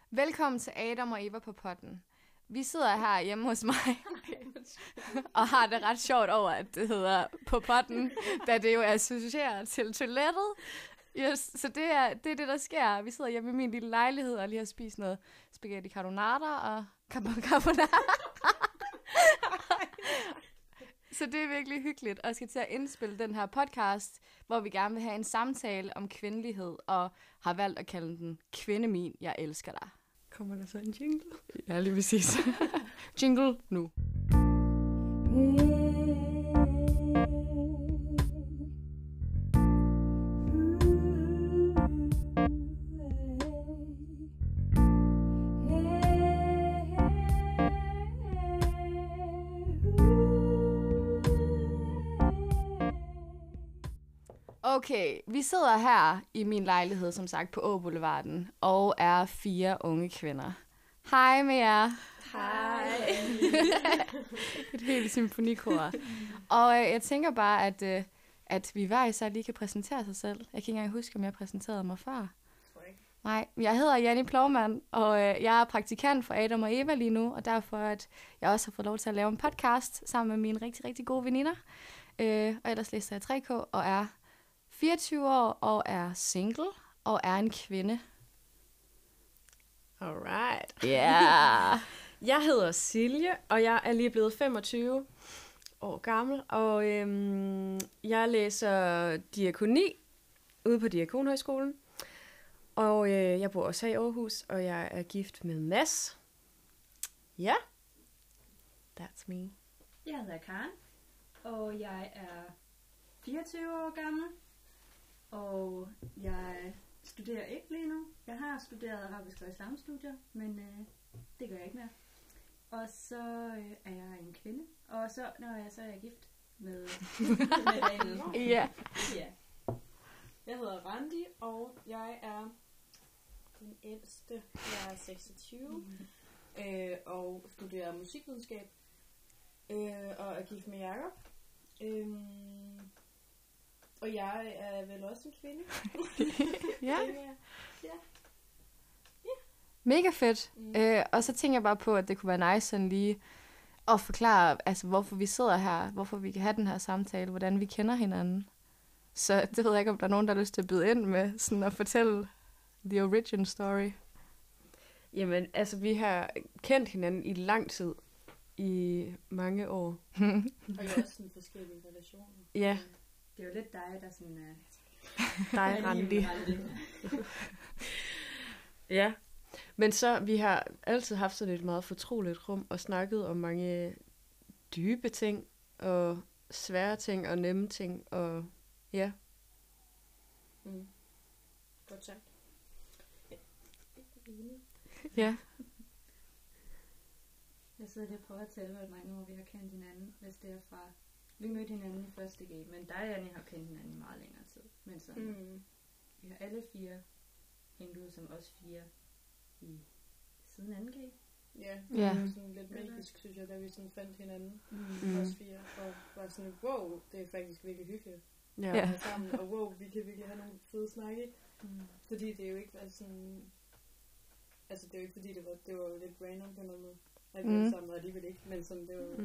Velkommen til Adam og Eva på potten. Vi sidder her hjemme hos mig og har det ret sjovt over, at det hedder på potten, da det jo er associeret til toilettet. Yes, så det er det, der sker. Vi sidder hjemme i min lille lejlighed og lige har spist noget spaghetti carbonara og carbonara. Så det er virkelig hyggeligt, og jeg skal til at indspille den her podcast, hvor vi gerne vil have en samtale om kvindelighed, og har valgt at kalde den Kvindemin, jeg elsker dig. Kommer der så en jingle? Ja, lige præcis. Jingle nu. Okay, vi sidder her i min lejlighed, som sagt, på Åboulevarden, og er 4 unge kvinder. Hej med jer. Hej. Et helt symfonikor. Og jeg tænker bare, at vi hver især lige kan præsentere sig selv. Jeg kan ikke engang huske, om jeg præsenterede mig før. Nej, jeg hedder Janni Plovmand, og jeg er praktikant for Adam og Eva lige nu, og derfor at jeg også har fået lov til at lave en podcast sammen med mine rigtig, rigtig gode veninder. Og ellers læser jeg 3K og er 24 år og er single og er en kvinde. Alright. Yeah. Jeg hedder Silje, og jeg er lige blevet 25 år gammel, og jeg læser diakoni ude på Diakonhøjskolen. Og jeg bor også her i Aarhus, og jeg er gift med Mads. Ja, that's me. Jeg hedder Karen, og jeg er 24 år gammel, og jeg studerer ikke lige nu. Jeg har studeret arabisk og islamstudier, men det gør jeg ikke mere. Og så er jeg en kvinde, og så er jeg gift med Daniel. Ja. Ja. Jeg hedder Randi, og jeg er den ældste. Jeg er 26 og studerer musikvidenskab og er gift med Jacob. Og jeg er vel også en kvinde. Ja. Ja. Mega fedt. Og så tænker jeg bare på, at det kunne være nice sådan lige at forklare, altså hvorfor vi sidder her, hvorfor vi kan have den her samtale, hvordan vi kender hinanden. Så det ved jeg ikke, om der er nogen, der har lyst til at byde ind med sådan at fortælle the origin story. Jamen, altså vi har kendt hinanden i lang tid. I mange år. Og jeg er også sådan forskellige relationer. Ja. Det er jo lidt dig, der sådan er... Dig, Randi. Ja. Men så, vi har altid haft sådan et meget fortroligt rum, og snakket om mange dybe ting, og svære ting, og nemme ting, og ja. Godt sagt. Ja. Jeg sidder lige og prøver at tælle, hvor mange år vi har kendt hinanden, hvis det er fra... Vi mødte hinanden i første G, men dig og Janni har kendt hinanden i meget længere tid. Men sådan, vi har alle 4 hængt ud som os 4 i siden 2G. Ja, Ja. det var sådan lidt magisk, synes jeg, da vi sådan fandt hinanden. Os 4, og var sådan, wow, det er faktisk virkelig hyggeligt. Ja. At være sammen, og wow, vi kan virkelig have nogle fede snakke. Fordi det er jo ikke sådan... Altså, det er jo ikke fordi, det var lidt random på noget måde. At vi var sammen, og alligevel ikke, men sådan, det var...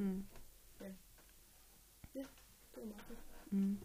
Ja, det var meget fedt.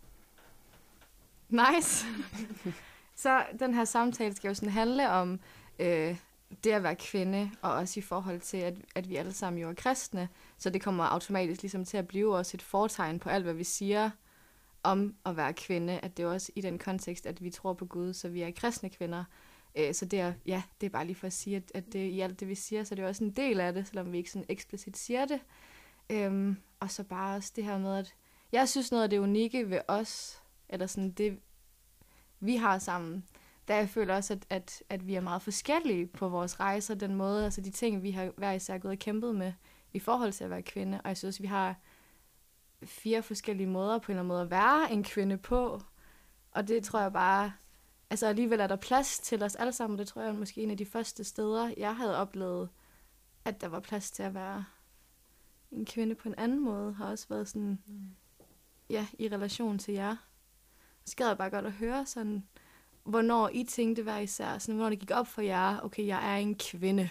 Nice. Så den her samtale skal jo sådan handle om det at være kvinde, og også i forhold til, at vi alle sammen jo er kristne, så det kommer automatisk ligesom til at blive også et fortegn på alt, hvad vi siger om at være kvinde, at det er også i den kontekst, at vi tror på Gud, så vi er kristne kvinder. Så det er, ja, det er bare lige for at sige, at det i alt det, vi siger, så det er også en del af det, selvom vi ikke sådan eksplicit siger det. Og så bare også det her med, at jeg synes noget af det unikke ved os, eller sådan det, vi har sammen, der jeg føler også, at vi er meget forskellige på vores rejser, den måde, altså de ting, vi har hver især gået og kæmpet med i forhold til at være kvinde. Og jeg synes, vi har 4 forskellige måder på en eller anden måde at være en kvinde på. Og det tror jeg bare, altså alligevel er der plads til os alle sammen. Det tror jeg måske en af de første steder, jeg havde oplevet, at der var plads til at være en kvinde på en anden måde, har også været sådan, ja, i relation til jer. Så gad jeg bare godt at høre sådan, hvornår I tænkte hver især, sådan, hvornår det gik op for jer, okay, jeg er en kvinde.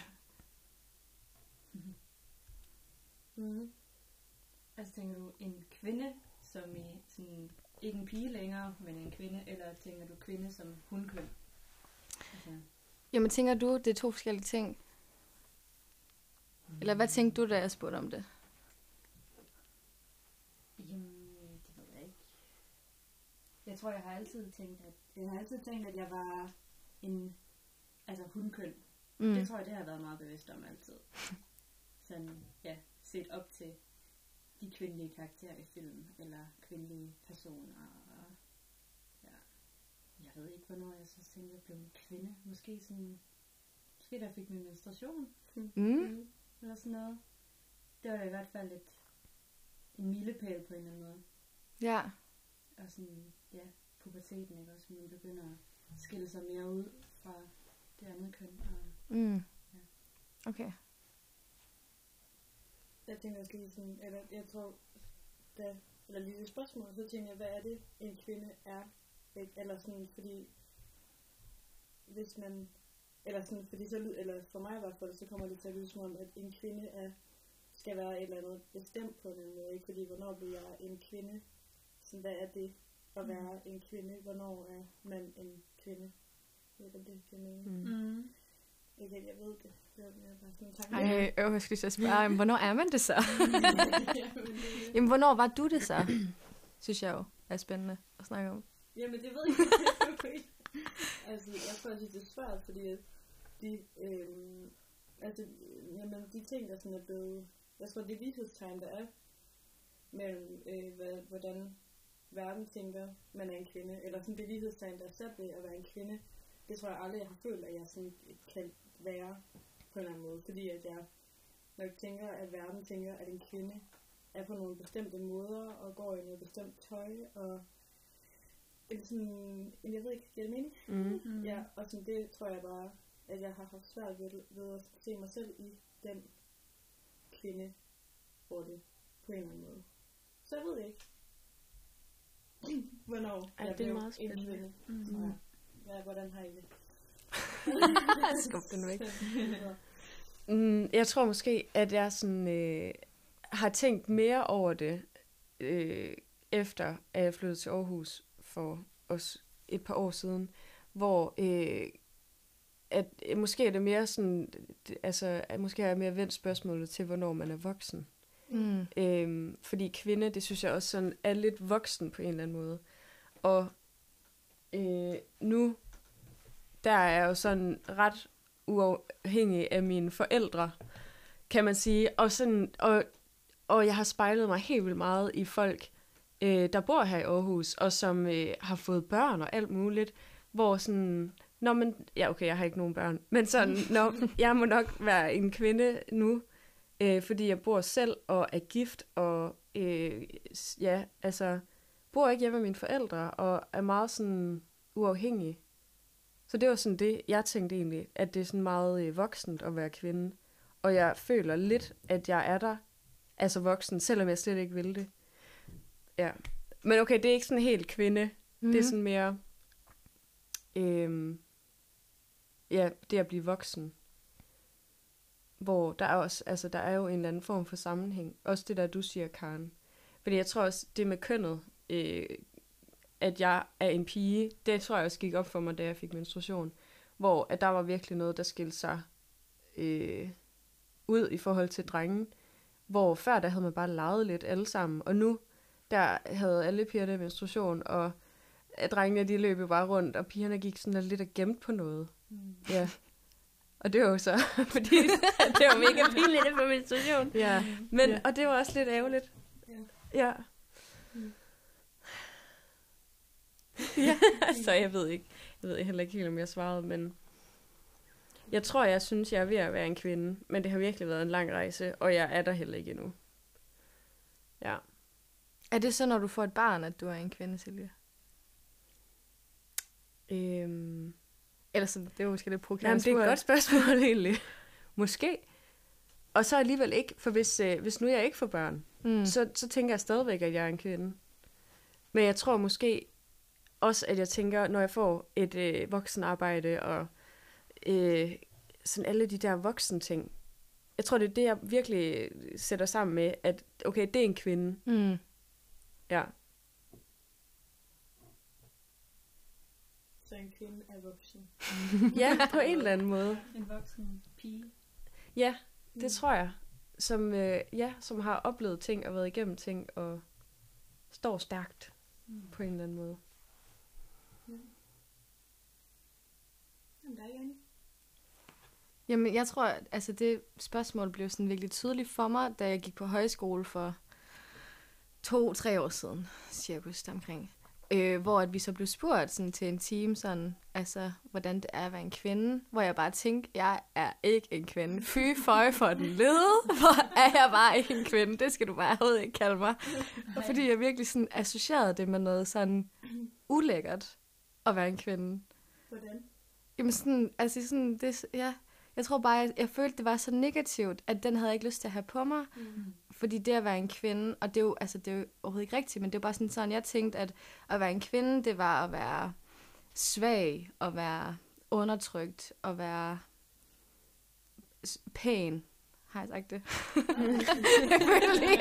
Mm. Altså tænker du en kvinde, som i sådan, ikke en pige længere, men en kvinde, eller tænker du kvinde som hunkøn? Altså. Jamen, tænker du, det er 2 forskellige ting? Eller hvad tænkte du, da jeg spurgte om det? Jamen, det ved jeg ikke. Jeg tror, jeg har altid tænkt, at jeg var en hunkøn. Det tror jeg, det har jeg været meget bevidst om altid. Sådan, ja, set op til de kvindelige karakterer i filmen, eller kvindelige personer. Og, ja. Jeg ved ikke, hvornår jeg så tænkte, at jeg blev en kvinde. Måske da jeg fik min menstruation. Eller sådan noget. Det var i hvert fald en milepæl på en eller anden måde. Ja. Og sådan, ja, puberteten, ikke også? Man begynder at skille sig mere ud fra det andet køn. Og, ja. Okay. Jeg tænker også lige sådan, eller jeg tror, eller lige et spørgsmål, så tænker jeg, hvad er det, en kvinde er? Ikke? Eller sådan, fordi, hvis man, eller sådan, fordi så eller for mig i hvert fald, så kommer det til at lyde som om, at en kvinde skal være et eller andet bestemt på en måde, ikke? Fordi, hvornår bliver jeg en kvinde? Sådan, hvad er det at være en kvinde? Hvornår er man en kvinde? Jeg ved ikke, om det giver mening. Ikke, at jeg ved det. Det var bare sådan en tanke. Jeg skal lige spørge, hvornår er man det så? Jamen, hvornår var du det så? Synes jeg jo er spændende at snakke om. Jamen, det ved jeg ikke. Altså, jeg tror, at det er svært, fordi at de ting, der sådan er blevet, jeg tror, det lighedstegn, der er mellem, hvordan verden tænker, man er en kvinde, eller sådan det lighedstegn, der er sat ved at være en kvinde, det tror jeg aldrig, jeg har følt, at jeg sådan kan være på en eller anden måde, fordi at jeg nok tænker, at verden tænker, at en kvinde er på nogle bestemte måder, og går i noget bestemt tøj, og sådan, jeg ved ikke, giver det mening? Ja, og sådan det tror jeg bare, at jeg har haft svært ved at se mig selv i den kvinde, hvor det på en eller anden måde. Så jeg ved ikke, hvornår jeg blev en kvinde. Ja, hvordan har I det? Skub den væk. Jeg tror måske, at jeg sådan, har tænkt mere over det, efter at jeg flyttede til Aarhus for os et par år siden, hvor at måske er det mere sådan, altså måske har jeg mere vendt spørgsmålet til, hvornår man er voksen. Fordi kvinde, det synes jeg også sådan er lidt voksen på en eller anden måde. Og nu, der er jeg jo sådan ret uafhængig af mine forældre, kan man sige. Og, sådan, og jeg har spejlet mig helt vildt meget i folk, der bor her i Aarhus, og som har fået børn og alt muligt, hvor sådan, ja okay, jeg har ikke nogen børn, men sådan, jeg må nok være en kvinde nu, fordi jeg bor selv og er gift, og bor ikke hjemme med mine forældre, og er meget sådan uafhængig. Så det var sådan det, jeg tænkte egentlig, at det er sådan meget voksent at være kvinde. Og jeg føler lidt, at jeg er der, altså voksen, selvom jeg slet ikke vil det. Ja. Men okay, det er ikke sådan helt kvinde. Det er sådan mere, det at blive voksen. Hvor der er også, altså der er jo en eller anden form for sammenhæng. Også det der, du siger, Karen. Fordi jeg tror også, det med kønnet, at jeg er en pige, det tror jeg også gik op for mig, da jeg fik menstruation. Hvor at der var virkelig noget, der skilte sig ud i forhold til drengen. Hvor før, der havde man bare leget lidt alle sammen. Og nu, der havde alle pigerne menstruation, og drengene, de løb jo bare rundt, og pigerne gik sådan lidt og gemte på noget. Ja. Og det var jo så, fordi det var mega pinligt at få menstruation. Ja. Men, og det var også lidt ærgerligt. Ja. Ja, så jeg ved heller ikke helt, om jeg svarede, men jeg tror, jeg synes, jeg er ved at være en kvinde, men det har virkelig været en lang rejse, og jeg er der heller ikke endnu. Ja. Er det så, når du får et barn, at du er en kvinde, Silje? Eller sådan, det er måske lidt provokerende. Det er et godt spørgsmål egentlig. Måske. Og så alligevel ikke, for hvis nu jeg ikke får børn, så tænker jeg stadigvæk, at jeg er en kvinde. Men jeg tror måske, også at jeg tænker, når jeg får et voksenarbejde og sådan alle de der voksenting, jeg tror, det er det, jeg virkelig sætter sammen med, at okay, det er en kvinde. Mm. Ja. Så en kvinde er voksen. Ja, på en eller anden måde. En voksen pige. Ja, det tror jeg. Som har oplevet ting og været igennem ting og står stærkt på en eller anden måde. Jamen, der er Janni. Jamen, jeg tror, altså det spørgsmål blev sådan virkelig tydeligt for mig, da jeg gik på højskole for 2-3 år siden, cirkus omkring. Hvor at vi så blev spurgt sådan, til en time, sådan, altså, hvordan det er at være en kvinde. Hvor jeg bare tænkte, jeg er ikke en kvinde. Fy føj for den lede. Hvor er jeg bare ikke en kvinde. Det skal du bare overhovedet ikke kalde mig. Og fordi jeg virkelig sådan associerede det med noget sådan ulækkert at være en kvinde. Hvordan? Jamen sådan, altså sådan, det, ja. Jeg tror bare, jeg følte, det var så negativt, at den havde jeg ikke lyst til at have på mig. Fordi det at være en kvinde, og det er jo, altså, det er jo overhovedet ikke rigtigt, men det er bare sådan, jeg tænkte, at være en kvinde, det var at være svag, at være undertrykt, at være pæn. Har jeg sagt det? Jeg følte lige,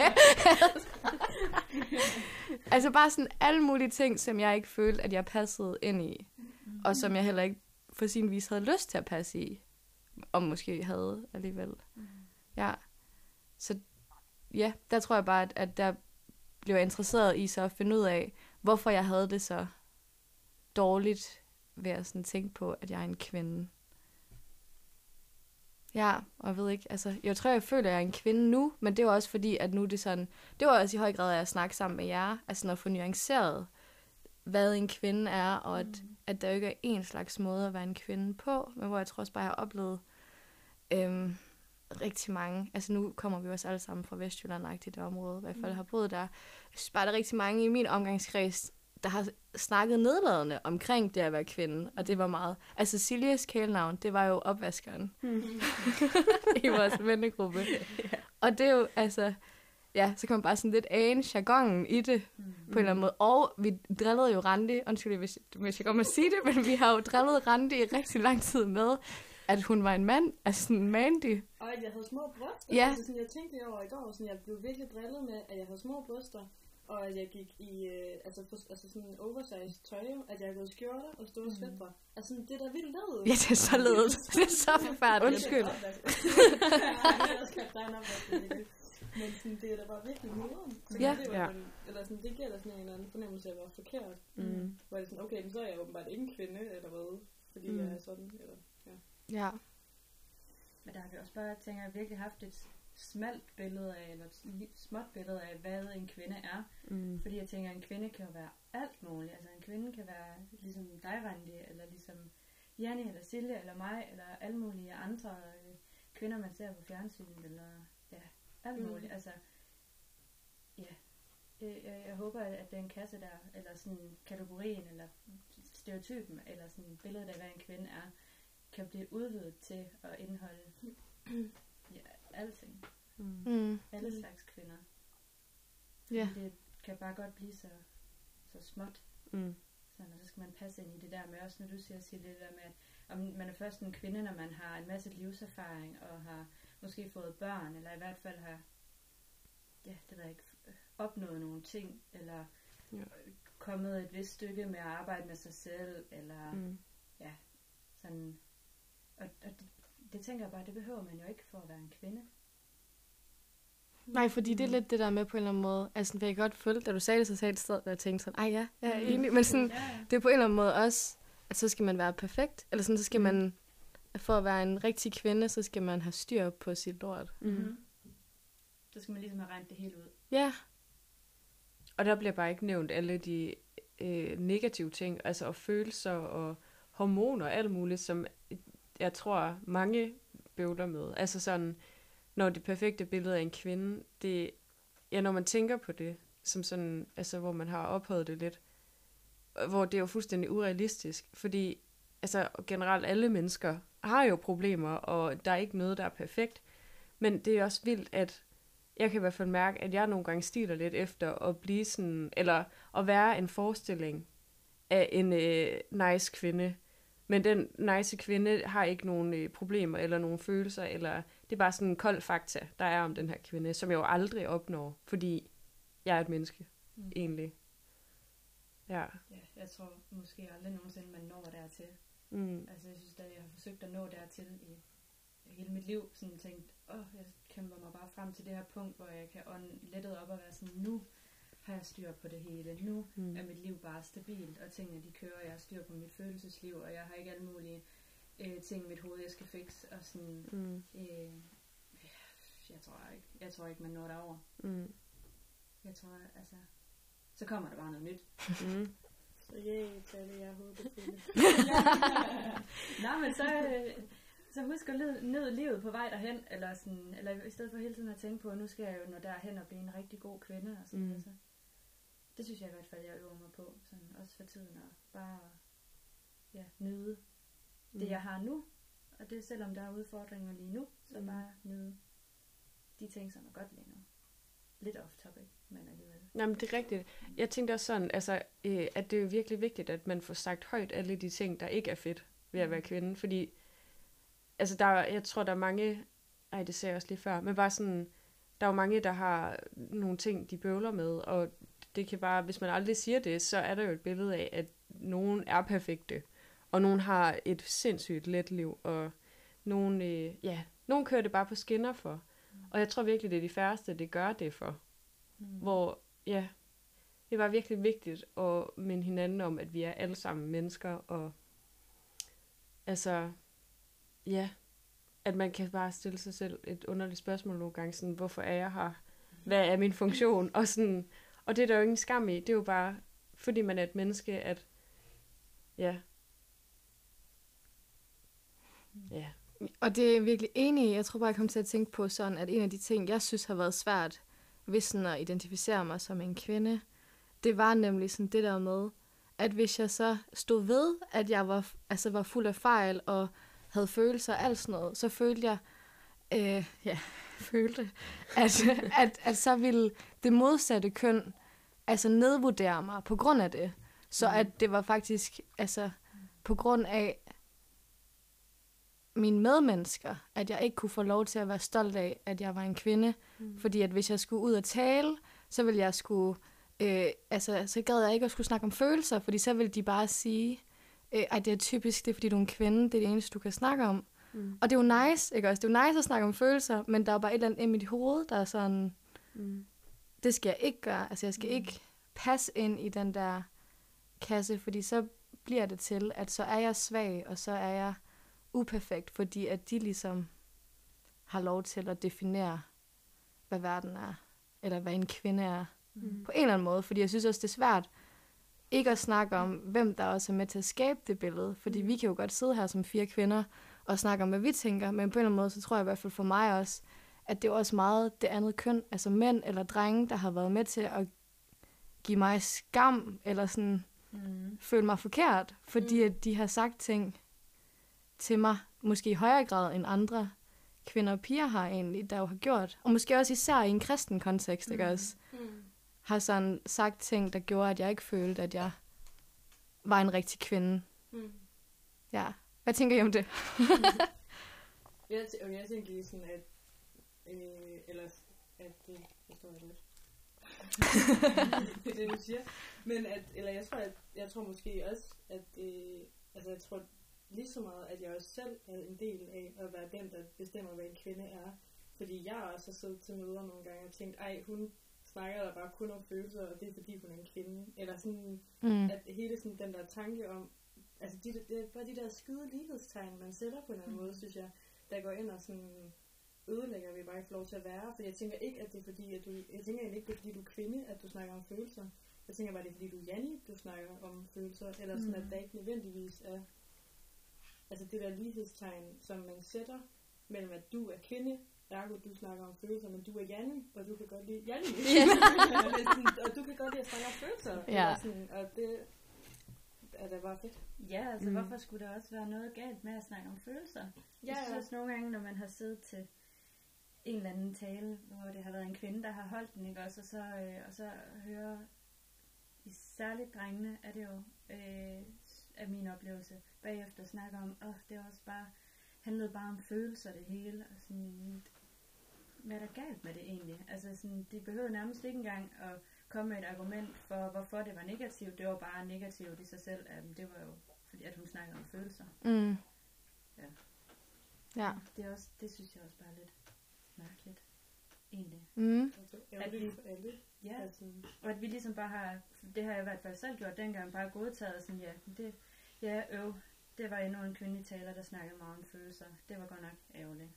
altså bare sådan alle mulige ting, som jeg ikke følte, at jeg passede ind i. Og som jeg heller ikke for sin vis havde lyst til at passe i. Og måske havde alligevel. Ja. Så ja, der tror jeg bare, at der blev jeg interesseret i så at finde ud af, hvorfor jeg havde det så dårligt ved at sådan tænke på, at jeg er en kvinde. Ja, og jeg ved ikke, altså, jeg tror, jeg føler, at jeg er en kvinde nu, men det er også fordi, at nu det sådan, det var også i høj grad at snakke sammen med jer, altså at få nuanceret, hvad en kvinde er, og at der jo ikke er en slags måde at være en kvinde på, men hvor jeg tror også bare, jeg har oplevet rigtig mange, altså nu kommer vi også alle sammen fra Vestjylland-agtigt det område, i hvert fald har boet der. Jeg synes bare, der er rigtig mange i min omgangskreds, der har snakket nedladende omkring det at være kvinde, og det var meget. Altså Siljes kælenavn, det var jo opvaskeren i vores vennegruppe. Og det er jo, altså, ja, så kan man bare sådan lidt ane jargonen i det, på en eller anden måde. Og vi drillede jo Randi, undskyld, hvis jeg godt må sige det, men vi har jo drillet Randi i rigtig lang tid med, at hun var en mand, altså sådan en mandy. Og at jeg havde små bryster. Ja. Altså, sådan, jeg tænkte det over i går, sådan, jeg blev virkelig drillet med, at jeg havde små bryster. Og at jeg gik i altså sådan oversized tøj, at jeg havde gået skjorter og store sweatre. Altså sådan, det er da vildt ledet. Ja, det er så ledet. Det er så forfærdeligt. Undskyld. Men sådan, det er da bare virkelig nederen. Ja. Eller sådan, det giver da sådan en eller anden fornemmelse af at være forkert. Hvor det er sådan, okay, men så er jeg åbenbart ikke en kvinde, eller hvad? Fordi jeg er sådan, eller Ja. Men der har vi også bare, tænker jeg, virkelig haft et smalt billede af, eller et småt billede af, hvad en kvinde er. Fordi jeg tænker, at en kvinde kan jo være alt muligt. Altså en kvinde kan være ligesom dig, Randi, eller ligesom Janni, eller Silje, eller mig, eller alle mulige andre kvinder, man ser på fjernsynet, eller ja, alt muligt. Altså, ja. Jeg håber, at den kasse der, eller sådan kategorien, eller stereotypen, eller sådan billedet af, hvad en kvinde er, kan blive udvidet til at indeholde ja, alting. Alle slags kvinder. Ja. Det kan bare godt blive så småt. Sådan, og så skal man passe ind i det der med, også når du siger det der med, at om man er først en kvinde, når man har en masse livserfaring, og har måske fået børn, eller i hvert fald har, ja, det ved jeg ikke, opnået nogle ting, eller kommet et vist stykke med at arbejde med sig selv, eller ja, sådan. Og det tænker jeg bare, det behøver man jo ikke for at være en kvinde. Nej, fordi det er lidt det der med på en eller anden måde, altså jeg kan godt følge, da du sagde det, så sagde det sted, og jeg tænkte sådan, ej ja, jeg er enig, men sådan, det er på en eller anden måde også, at så skal man være perfekt, eller sådan, så skal man, for at være en rigtig kvinde, så skal man have styr på sit lort. Så skal man ligesom have regnet det helt ud. Ja. Og der bliver bare ikke nævnt alle de negative ting, altså og følelser og hormoner og alt muligt, som jeg tror mange bøvler med. Altså sådan, når det perfekte billede af en kvinde, det, ja, når man tænker på det, som sådan, altså hvor man har ophøjet det lidt, hvor det er jo fuldstændig urealistisk, fordi altså generelt alle mennesker har jo problemer, og der er ikke noget, der er perfekt, men det er også vildt, at jeg kan i hvert fald mærke, at jeg nogle gange stiler lidt efter at blive sådan, eller at være en forestilling af en nice kvinde. Men den nice kvinde har ikke nogen problemer eller nogen følelser, eller det er bare sådan en kold fakta, der er om den her kvinde, som jeg jo aldrig opnår, fordi jeg er et menneske, egentlig. Ja. Ja, jeg tror måske aldrig nogensinde, man når dertil. Altså jeg synes da, jeg har forsøgt at nå dertil i hele mit liv, sådan tænkt, jeg kæmper mig bare frem til det her punkt, hvor jeg kan ånde lettet op og være sådan, nu har jeg styr på det hele, nu er mit liv bare stabilt, og tingene de kører, jeg har styr på mit følelsesliv, og jeg har ikke alle mulige ting i mit hoved, jeg skal fikse, og sådan, jeg tror ikke, man når derover. Jeg tror, altså, så kommer der bare noget nyt. Så tag det, jeg håber på det. Nå, men så husk at nyde livet på vej derhen, eller i stedet for hele tiden at tænke på, nu skal jeg jo nå derhen og blive en rigtig god kvinde, og sådan, altså. Det synes jeg i hvert fald, jeg øver mig på, sådan, også for tiden, og bare nyde det, jeg har nu, og det selvom der er udfordringer lige nu, så bare nyde de ting, som er godt lige nu. Lidt off topic, men alligevel. Jamen, det er rigtigt. Jeg tænkte også sådan, altså, at det er jo virkelig vigtigt, at man får sagt højt alle de ting, der ikke er fedt ved at være kvinde, fordi altså, jeg tror, der er mange, det sagde jeg også lige før, men bare sådan, der er jo mange, der har nogle ting, de bøvler med, og det kan bare, hvis man aldrig siger det, så er der jo et billede af, at nogen er perfekte, og nogen har et sindssygt let liv, og nogen kører det bare på skinner for. Og jeg tror virkelig, det er de færreste, det gør det for. Hvor, det var virkelig vigtigt at minde hinanden om, at vi er alle sammen mennesker, og altså, at man kan bare stille sig selv et underligt spørgsmål nogle gange, sådan, hvorfor er jeg her? Hvad er min funktion? Og sådan, og det er der jo ingen skam i, det er jo bare, fordi man er et menneske, at, Og det er jeg virkelig enig i. Jeg tror bare, jeg kom til at tænke på sådan, at en af de ting, jeg synes har været svært, hvis sådan at identificere mig som en kvinde, det var nemlig sådan det der med, at hvis jeg så stod ved, at jeg var fuld af fejl og havde følelser og alt sådan noget, så følte jeg, at så ville det modsatte køn altså nedvurdere mig på grund af det. Så at det var faktisk altså på grund af mine medmennesker, at jeg ikke kunne få lov til at være stolt af, at jeg var en kvinde. Fordi at hvis jeg skulle ud og tale, så ville jeg så gad jeg ikke at skulle snakke om følelser, fordi så ville de bare sige, det er typisk, det er fordi du er en kvinde, det er det eneste, du kan snakke om. Og det er jo nice, ikke også? Det er jo nice at snakke om følelser, men der er bare et eller andet i mit hoved, der er sådan, det skal jeg ikke gøre. Altså jeg skal ikke passe ind i den der kasse, fordi så bliver det til, at så er jeg svag, og så er jeg uperfekt, fordi at de ligesom har lov til at definere, hvad verden er, eller hvad en kvinde er, på en eller anden måde. Fordi jeg synes også, det er svært ikke at snakke om, hvem der også er med til at skabe det billede. Fordi vi kan jo godt sidde her som 4 kvinder og snakke om, hvad vi tænker, men på en eller anden måde, så tror jeg i hvert fald for mig også, at det er også meget det andet køn, altså mænd eller drenge, der har været med til at give mig skam, eller sådan føle mig forkert, fordi at de har sagt ting til mig, måske i højere grad end andre kvinder og piger har egentlig, der jo har gjort. Og måske også især i en kristen kontekst, ikke også? Har sådan sagt ting, der gjorde, at jeg ikke følte, at jeg var en rigtig kvinde. Ja. Hvad tænker I om det? Jeg tænker lige sådan, at det forstår jeg lidt. Det er det, du siger. Men jeg tror måske også, at jeg tror lige så meget, at jeg også selv er en del af at være den, der bestemmer, hvad en kvinde er. Fordi jeg også har siddet til møder nogle gange og tænkt, hun snakker der bare kun om følelser, og det er fordi hun er en kvinde. Eller sådan, at hele sådan den der tanke om, altså det er bare de der skide lighedstegn, man sætter på en eller anden måde, synes jeg, der går ind og sådan ødelægger, vi bare ikke får lov til at være. For jeg tænker ikke, at det er fordi, jeg tænker egentlig ikke, det er fordi du er kvinde, at du snakker om følelser. Jeg tænker bare, det er fordi du er Janni, du snakker om følelser, eller sådan, at der ikke nødvendigvis er altså det der lighedstegn, som man sætter mellem, at du er kvinde, ergo du snakker om følelser, men du er Janni, og du kan godt lide Janni. Og du kan godt lide at snakke om følelser. Ja. Sådan, og det er da bare fedt. Ja, altså hvorfor skulle der også være noget galt med at snakke om følelser? Jeg synes også nogle gange, når man har siddet til en eller anden tale, hvor det har været en kvinde, der har holdt den, ikke også, og så hører særligt drengene er det jo af min oplevelse bagefter snakker om, det var også bare, handlede bare om følelser det hele, og sådan, hvad er der galt med det egentlig? Altså sådan, de behøvede nærmest ikke engang at komme med et argument for, hvorfor det var negativt. Det var bare negativt i sig selv. Det var jo fordi, at hun snakkede om følelser. Mm. Ja. Det synes jeg også bare er lidt mærkeligt, egentlig. Mm. At vi, ja, og at vi ligesom bare har, det har jeg i hvert fald selv gjort dengang, bare godtaget sådan, det var endnu en kvindelig taler, der snakkede meget om følelser. Det var godt nok ærgerligt.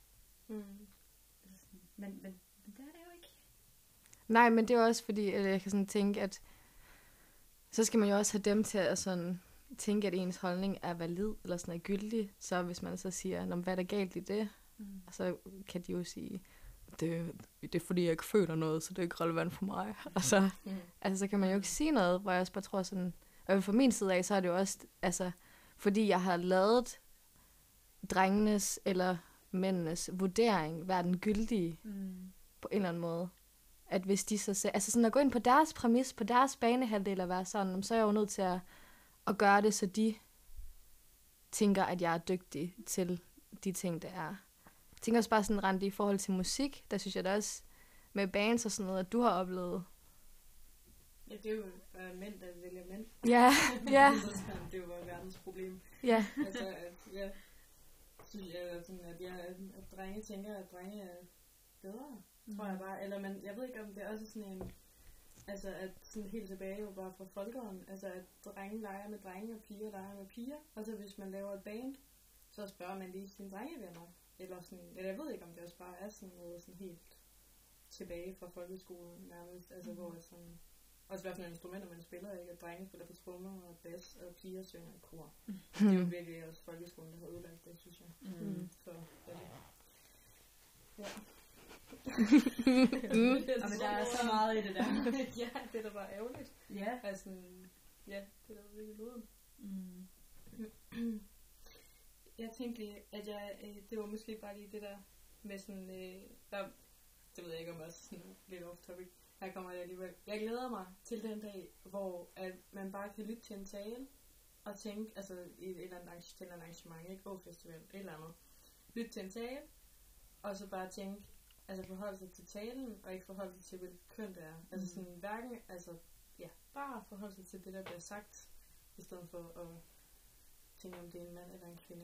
Men det er det jo ikke. Nej, men det er også fordi, at jeg kan sådan tænke, at så skal man jo også have dem til at sådan tænke, at ens holdning er valid, eller sådan er gyldig. Så hvis man så siger, hvad er der galt i det? Så kan de jo sige, det er fordi, jeg ikke føler noget, så det er ikke relevant for mig. Og så, så kan man jo ikke sige noget, hvor jeg også bare tror sådan, og fra min side af, så er det jo også, fordi jeg har lavet drengenes eller mændenes vurdering være den gyldige på en eller anden måde. At hvis de så siger, sådan at gå ind på deres præmis, på deres banehalvdel og være sådan, så er jeg jo nødt til at gøre det, så de tænker, at jeg er dygtig til de ting, der er. Jeg tænker også bare sådan rent i forhold til musik, der synes jeg da også med bands og sådan noget, at du har oplevet. Ja, det er jo mænd, der vælger mænd. Ja, ja. Det er jo verdens problem. Ja. Altså, synes jeg sådan, at drenge tænker, at drenge er bedre, tror jeg bare. Eller jeg ved ikke, om det er også sådan en, at sådan helt tilbage jo bare fra folkeånden, at drenge leger med drenge, og piger leger med piger. Og så hvis man laver et band, så spørger man lige sine drengevenner. Eller jeg ved ikke, om det også bare er sådan noget sådan helt tilbage fra folkeskolen nærmest. Hvor sådan, også hvad for nogle instrumenter man spiller, ikke? At drenge spiller på trommer og bas, og piger synger i kor. Det er jo virkelig også folkeskolen, der har udlagt det, synes jeg. Så, ja. Men der er så meget i det der. Ja, det er da bare ærgerligt. Ja. Ja, det er da virkelig lyden. Jeg tænkte lige, at det var måske bare lige det der med sådan, det ved jeg ikke om også sådan lidt off topic. Her kommer jeg alligevel. Jeg glæder mig til den dag, hvor at man bare kan lytte til en tale, og tænke, i et eller andet arrangement, ikke? Festival, et eller andet. Lytte til en tale, og så bare tænke, forholde sig til talen, og ikke forholde sig til, hvilket køn det er. Sådan hverken, bare forholde sig til det, der bliver sagt, i stedet for at tænke, om det er en mand eller en kvinde.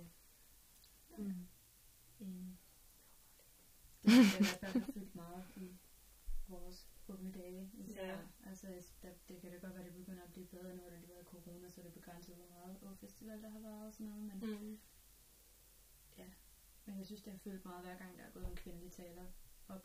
Det har i hvert fald fyldt meget i vores unge dage. Ja. Det kan da godt være, at det begynder at blive bedre, når der lige har været corona, så det er begrænset, hvor meget festival der har været og sådan noget. Men, men jeg synes, det har fyldt meget, hver gang der er gået en kvindelig taler op.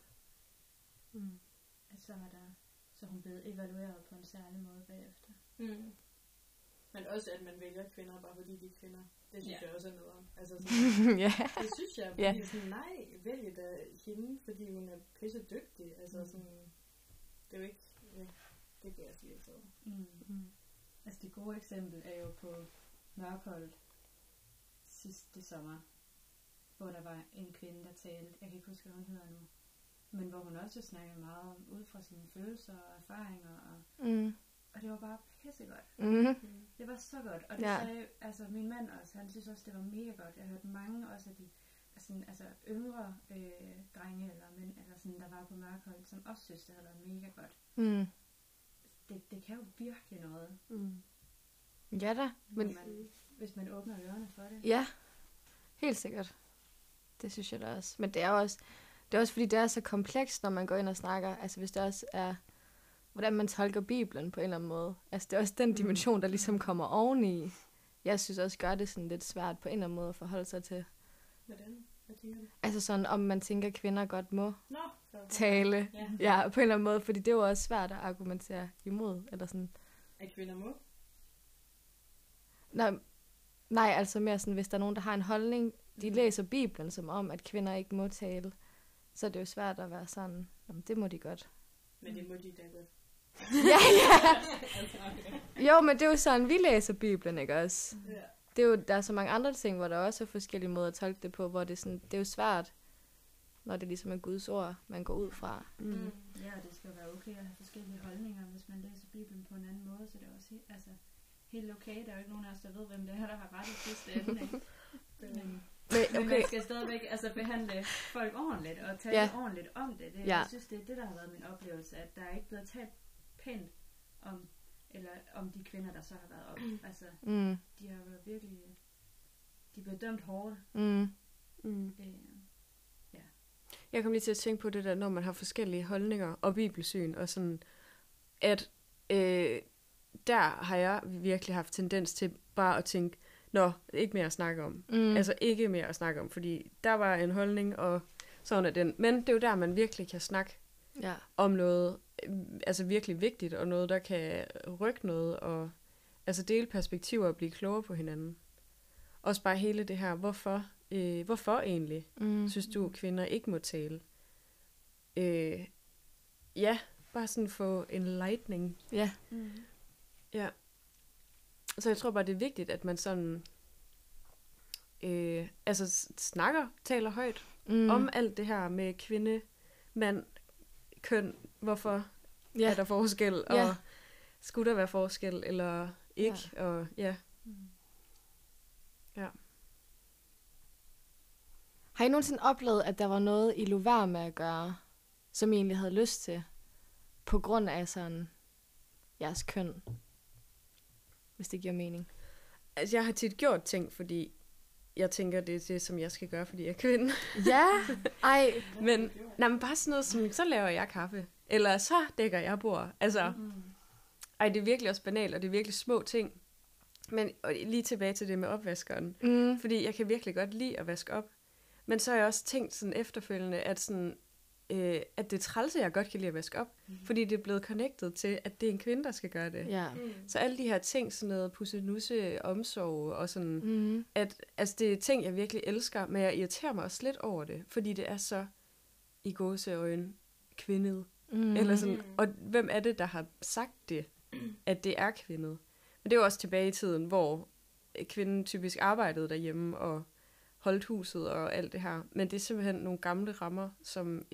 Så er hun blevet evalueret på en særlig måde bagefter. Men også, at man vælger kvinder, bare fordi de er kvinder. Det synes jeg også er nederen. Det synes jeg, fordi sådan, nej, vælg da hende, fordi hun er pisse dygtig. Sådan, det er jo ikke, det kan jeg slet ikke så. Det gode eksempel er jo på Mørkholdt sidste sommer, hvor der var en kvinde, der talte, jeg kan ikke huske, hvad hun hedder nu, men hvor hun også snakkede meget om, ud fra sine følelser og erfaringer, og det var bare pissegodt. Det var så godt, og det sagde, min mand også, han synes også, det var mega godt. Jeg hørte mange også af de yngre drenge eller mænd, eller sådan, der var på Mørkholdt, som også synes, det havde været mega godt. Det kan jo virkelig noget. Ja da. Men hvis man åbner ørerne for det. Ja, helt sikkert. Det synes jeg da også. Men det er også fordi, det er så komplekst, når man går ind og snakker. Hvis det også er, hvordan man tolker Bibelen på en eller anden måde. Det er også den dimension, der ligesom kommer oveni. Jeg synes også, gør det sådan lidt svært på en eller anden måde at forholde sig til. Hvordan? Hvad tænker du? Sådan, om man tænker, at kvinder godt må tale. Ja, på en eller anden måde. Fordi det er jo også svært at argumentere imod. Eller sådan. At kvinder må? Nej, mere sådan, hvis der er nogen, der har en holdning, de læser Bibelen som om, at kvinder ikke må tale, så er det jo svært at være sådan, det må de godt. Men det må de da godt. Ja. Jo, men det er jo sådan, vi læser Bibelen, ikke også? Ja. Det er jo, der er så mange andre ting, hvor der også er forskellige måder at tolke det på, hvor det er sådan, det er jo svært når det ligesom er Guds ord, man går ud fra. Ja, og det skal være okay at have forskellige holdninger. Hvis man læser Bibelen på en anden måde, så det er også helt okay. Der er jo ikke nogen af os, der ved, hvem det er, der har ret i sidste ende. Men man skal stadigvæk behandle folk ordentligt og tale ordentligt om det. Jeg synes, det er det, der har været min oplevelse, at der er ikke blevet talt pænt om de kvinder, der så har været op. De har været virkelig... De blev dømt hårdt. Jeg kom lige til at tænke på det der, når man har forskellige holdninger og bibelsyn, og sådan, at der har jeg virkelig haft tendens til bare at tænke, ikke mere at snakke om. Altså ikke mere at snakke om, fordi der var en holdning, og sådan er den. Men det er jo der, man virkelig kan snakke om noget, altså virkelig vigtigt, og noget, der kan rykke noget, og altså dele perspektiver og blive klogere på hinanden. Også bare hele det her, hvorfor egentlig synes du, kvinder ikke må tale? Bare sådan få en lightning. Ja. Så jeg tror bare, det er vigtigt, at man sådan taler højt om alt det her med kvinde, mand, køn, hvorfor er der forskel, og skulle der være forskel, eller ikke, og ja. Har I nogensinde oplevet, at der var noget, I lod være med at gøre, som I egentlig havde lyst til, på grund af sådan jeres køn? Hvis det giver mening. Altså, jeg har tit gjort ting, fordi jeg tænker, det er det, som jeg skal gøre, fordi jeg er kvinde. Ja, ej. Men bare sådan noget som, så laver jeg kaffe. Eller så dækker jeg bord. Altså, det er virkelig også banalt, og det er virkelig små ting. Men lige tilbage til det med opvaskeren. Fordi jeg kan virkelig godt lide at vaske op. Men så har jeg også tænkt sådan efterfølgende, at, sådan, at det er træls, jeg godt kan lide at vaske op. Fordi det er blevet connected til, at det er en kvinde, der skal gøre det. Ja. Så alle de her ting, sådan noget pussenusse, omsorg og sådan, at altså, det er ting, jeg virkelig elsker, men jeg irriterer mig også lidt over det. Fordi det er så i gåseøjne kvindet. Eller sådan, og hvem er det, der har sagt det, at det er kvindet? Men det er jo også tilbage i tiden, hvor kvinden typisk arbejdede derhjemme og holdt huset og alt det her. Men det er simpelthen nogle gamle rammer, som,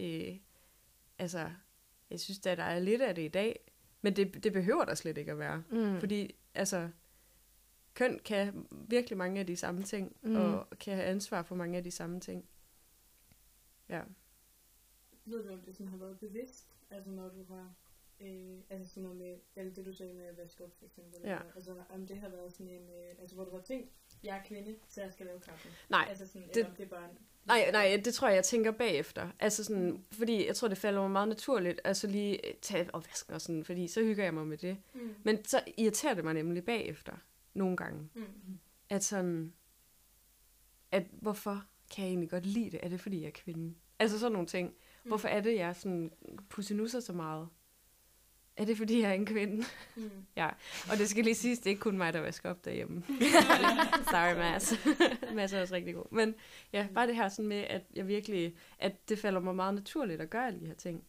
jeg synes, at der er lidt af det i dag, men det behøver der slet ikke at være. Fordi, køn kan virkelig mange af de samme ting, og kan have ansvar for mange af de samme ting. Ja. Ved du, om det sådan har været bevidst, altså når du har, sådan noget med, alt det du sagde med at vaske op, for eksempel, altså om det har været sådan en, hvor du har tænkt, jeg er kvinde, så jeg skal lave kaffe. Nej, altså sådan, det er bare nej, det tror jeg tænker bagefter. Altså sådan, fordi jeg tror, det falder mig meget naturligt, altså lige tage og vaske og sådan, fordi så hygger jeg mig med det. Men så irriterer det mig nemlig bagefter, nogle gange. At sådan, at hvorfor kan jeg egentlig godt lide det? Er det, fordi jeg er kvinde? Altså sådan nogle ting. Hvorfor er det, jeg sådan pussenusser så meget? Er det, fordi jeg er en kvinde? Ja, og det skal lige siges, det er ikke kun mig, der vasker op derhjemme. Sorry, Mads. Mads er også rigtig god. Men ja, bare det her sådan med, at jeg virkelig, at det falder mig meget naturligt at gøre alle de her ting.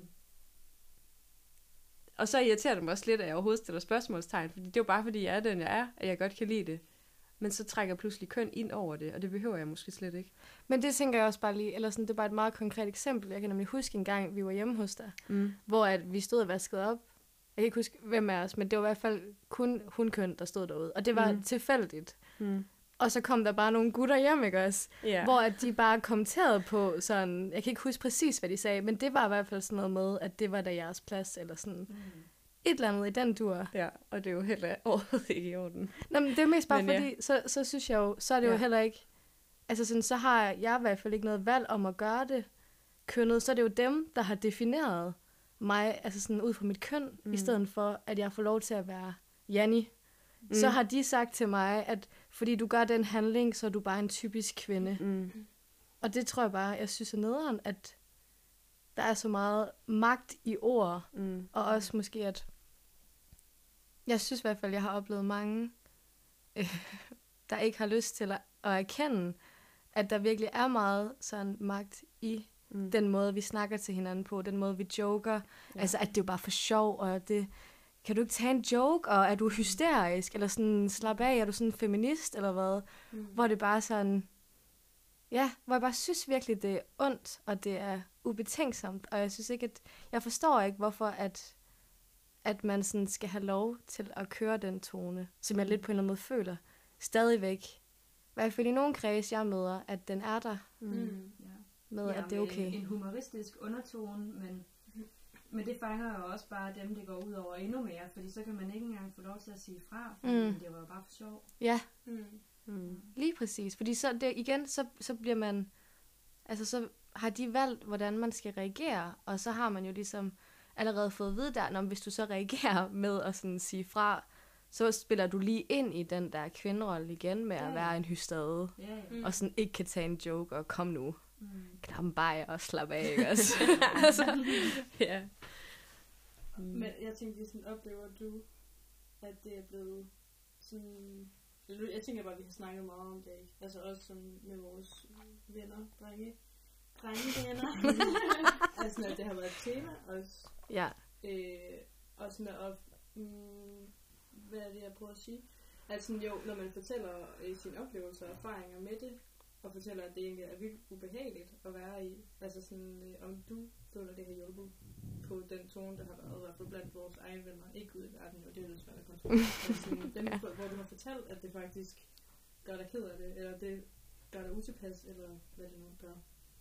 Og så irriterer det mig også lidt, at jeg overhovedet stiller spørgsmålstegn, fordi det er jo bare, fordi jeg er den, jeg er, at jeg godt kan lide det. Men så trækker jeg pludselig køn ind over det, og det behøver jeg måske slet ikke. Men det tænker jeg også bare lige, eller sådan, det er bare et meget konkret eksempel. Jeg kan nemlig huske en gang, vi var hjemme hos dig, hvor at vi stod og vaskede op. Jeg kan ikke huske, hvem af os, men det var i hvert fald kun hunkøn, der stod derude. Og det var tilfældigt. Og så kom der bare nogle gutter hjem, ikke også? Yeah. Hvor at de bare kommenterede på sådan, jeg kan ikke huske præcis, hvad de sagde, men det var i hvert fald sådan noget med, at det var da jeres plads, eller sådan et eller andet i den dur. Ja, og det er jo heller overhovedet ikke i orden. Nå, men det er mest bare fordi, så synes jeg jo, så er det jo heller ikke, altså sådan, så har jeg i hvert fald ikke noget valg om at gøre det kønnet, så er det jo dem, der har defineret mig, altså sådan ud fra mit køn, i stedet for, at jeg får lov til at være Janni. Så har de sagt til mig, at fordi du gør den handling, så er du bare en typisk kvinde. Og det tror jeg bare, jeg synes er nederen, at der er så meget magt i ord, og også måske, at jeg synes i hvert fald, jeg har oplevet mange, der ikke har lyst til at erkende, at der virkelig er meget sådan magt i den måde, vi snakker til hinanden på, den måde, vi joker. Altså, at det er jo bare for sjov, og det, kan du ikke tage en joke, og er du hysterisk, eller sådan, slap af, er du sådan en feminist, eller hvad? Hvor det bare sådan, Ja, hvor jeg bare synes virkelig, det er ondt, og det er ubetænksomt, og jeg synes ikke, jeg forstår ikke, hvorfor at man sådan skal have lov til at køre den tone, som jeg lidt på en eller anden måde føler stadigvæk. I hvert fald i nogle kreds, jeg møder, at den er der Ja. med, at det er okay. En humoristisk undertone, men det fanger jo også bare dem, det går ud over endnu mere, fordi så kan man ikke engang få lov til at sige fra, fordi det var jo bare for sjov. Ja, lige præcis. Fordi så det, igen, så bliver man, altså så har de valgt, hvordan man skal reagere, og så har man jo ligesom allerede fået at vide der, når hvis du så reagerer med at sådan sige fra, så spiller du lige ind i den der kvinderolle igen med at være en hystade, og sådan ikke kan tage en joke, og kom nu, klam bajer og slap af, ikke også? Altså, ja. Men jeg tænkte, sådan oplever du, at det er blevet sådan... Jeg tænker bare, at vi har snakket meget om det, ikke? Altså også sådan med vores venner, drengevenner. Altså at det har været et tema også. Ja. Også med at... hvad er det, jeg prøver at sige? Altså jo, når man fortæller sine oplevelser og erfaringer med det, og fortæller, at det egentlig er vildt ubehageligt at være i. Altså sådan, om du føler, det har hjulpet på den tone, der har været, i hvert fald blandt vores egne venner. Ikke ude i verden, jo, det er lidt svært at kontrollere. Men dem, hvor du har fortalt, at det faktisk gør dig ked af det, eller det gør dig utilpas, eller hvad det nu gør.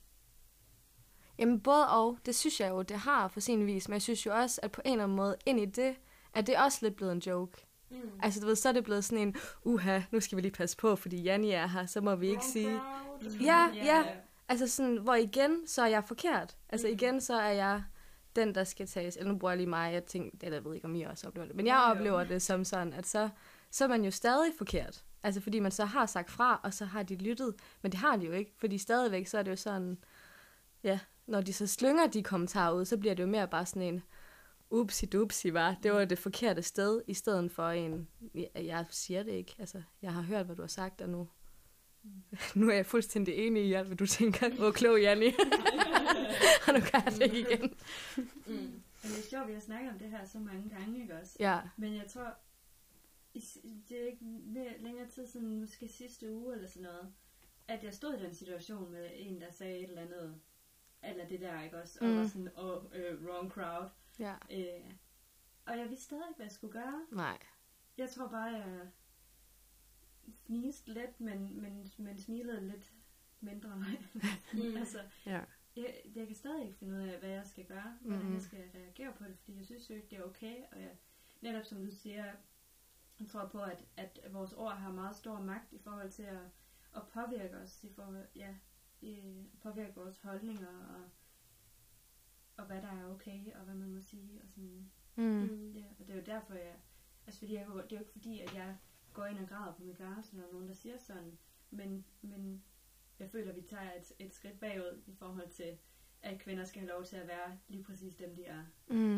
Jamen både og, det synes jeg jo, det har for sin vis, men jeg synes jo også, at på en eller anden måde ind i det, at det også lidt blevet en joke. Altså du ved, så er det blevet sådan en, nu skal vi lige passe på, fordi Janni er her, så må vi ikke sige... Ja, altså sådan, hvor igen, så er jeg forkert. Altså igen, så er jeg den, der skal tages. Eller nu bruger jeg lige mig, jeg tænker, jeg ved ikke, om I også oplever det, men jeg oplever det som sådan, at så er man jo stadig forkert. Altså fordi man så har sagt fra, og så har de lyttet, men det har de jo ikke, fordi stadigvæk, så er det jo sådan, ja, når de så slynger de kommentarer ud, så bliver det jo mere bare sådan en, upsi-dupsi, det var det forkerte sted, i stedet for en, jeg siger det ikke, altså, jeg har hørt, hvad du har sagt, og nu er jeg fuldstændig enig i alt, hvad du tænker, hvor klog, Janni. Og nu kan jeg det ikke igen. Men det er sjovt, vi har snakket om det her så mange gange, ikke også? Ja. Men jeg tror, det er ikke længere tid siden, måske sidste uge eller sådan noget, at jeg stod i den situation med en, der sagde et eller andet, eller det der, ikke også? Og var sådan, wrong crowd. Ja. Og jeg vidste stadig ikke, hvad jeg skulle gøre. Nej. Jeg tror bare, jeg fniste lidt, men smilede lidt mindre. Altså, jeg kan stadig ikke finde ud af, hvad jeg skal gøre, hvordan jeg skal reagere på det, fordi jeg synes jo ikke, det er okay, og jeg, netop som du siger, jeg tror på, at vores ord har meget stor magt i forhold til at påvirke os, påvirke vores holdninger, og hvad der er okay, og hvad man må sige, og sådan. Ja, og det er jo derfor, fordi det er jo ikke fordi, at jeg går ind og græder på mit værelse, når nogen, der siger sådan, men jeg føler, at vi tager et skridt bagud i forhold til, at kvinder skal have lov til at være lige præcis dem, de er.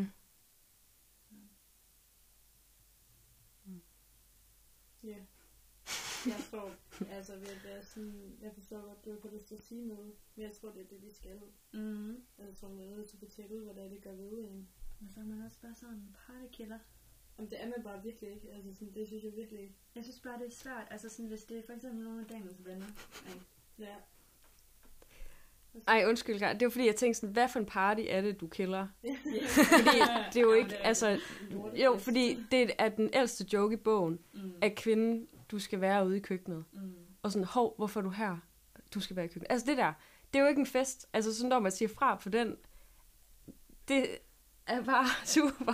Ja. Jeg tror, altså ved at være sådan, jeg forstår godt, du har lyst til at sige noget, men jeg tror, det er det, vi skal. Jeg tror, man er nødt til at fortælle ud, hvad det er, det gør ved en. Men så er man også bare sådan en partykiller. Jamen, det er man bare virkelig ikke. Altså, sådan, det synes jeg virkelig ikke. Jeg synes bare, det er svært. Altså, sådan, hvis det er for eksempel nogle af Daniels venner. Ja. Ej, undskyld, det er jo fordi, jeg tænkte sådan, hvad for en party er det, du killer? Fordi det er jo ikke, altså... Jo, fordi det er den ældste joke i bogen, at kvinden, du skal være ude i køkkenet. Og sådan, hvorfor er du her? Du skal være i køkkenet. Altså det der, det er jo ikke en fest. Altså sådan, når man siger fra på den, det er bare super.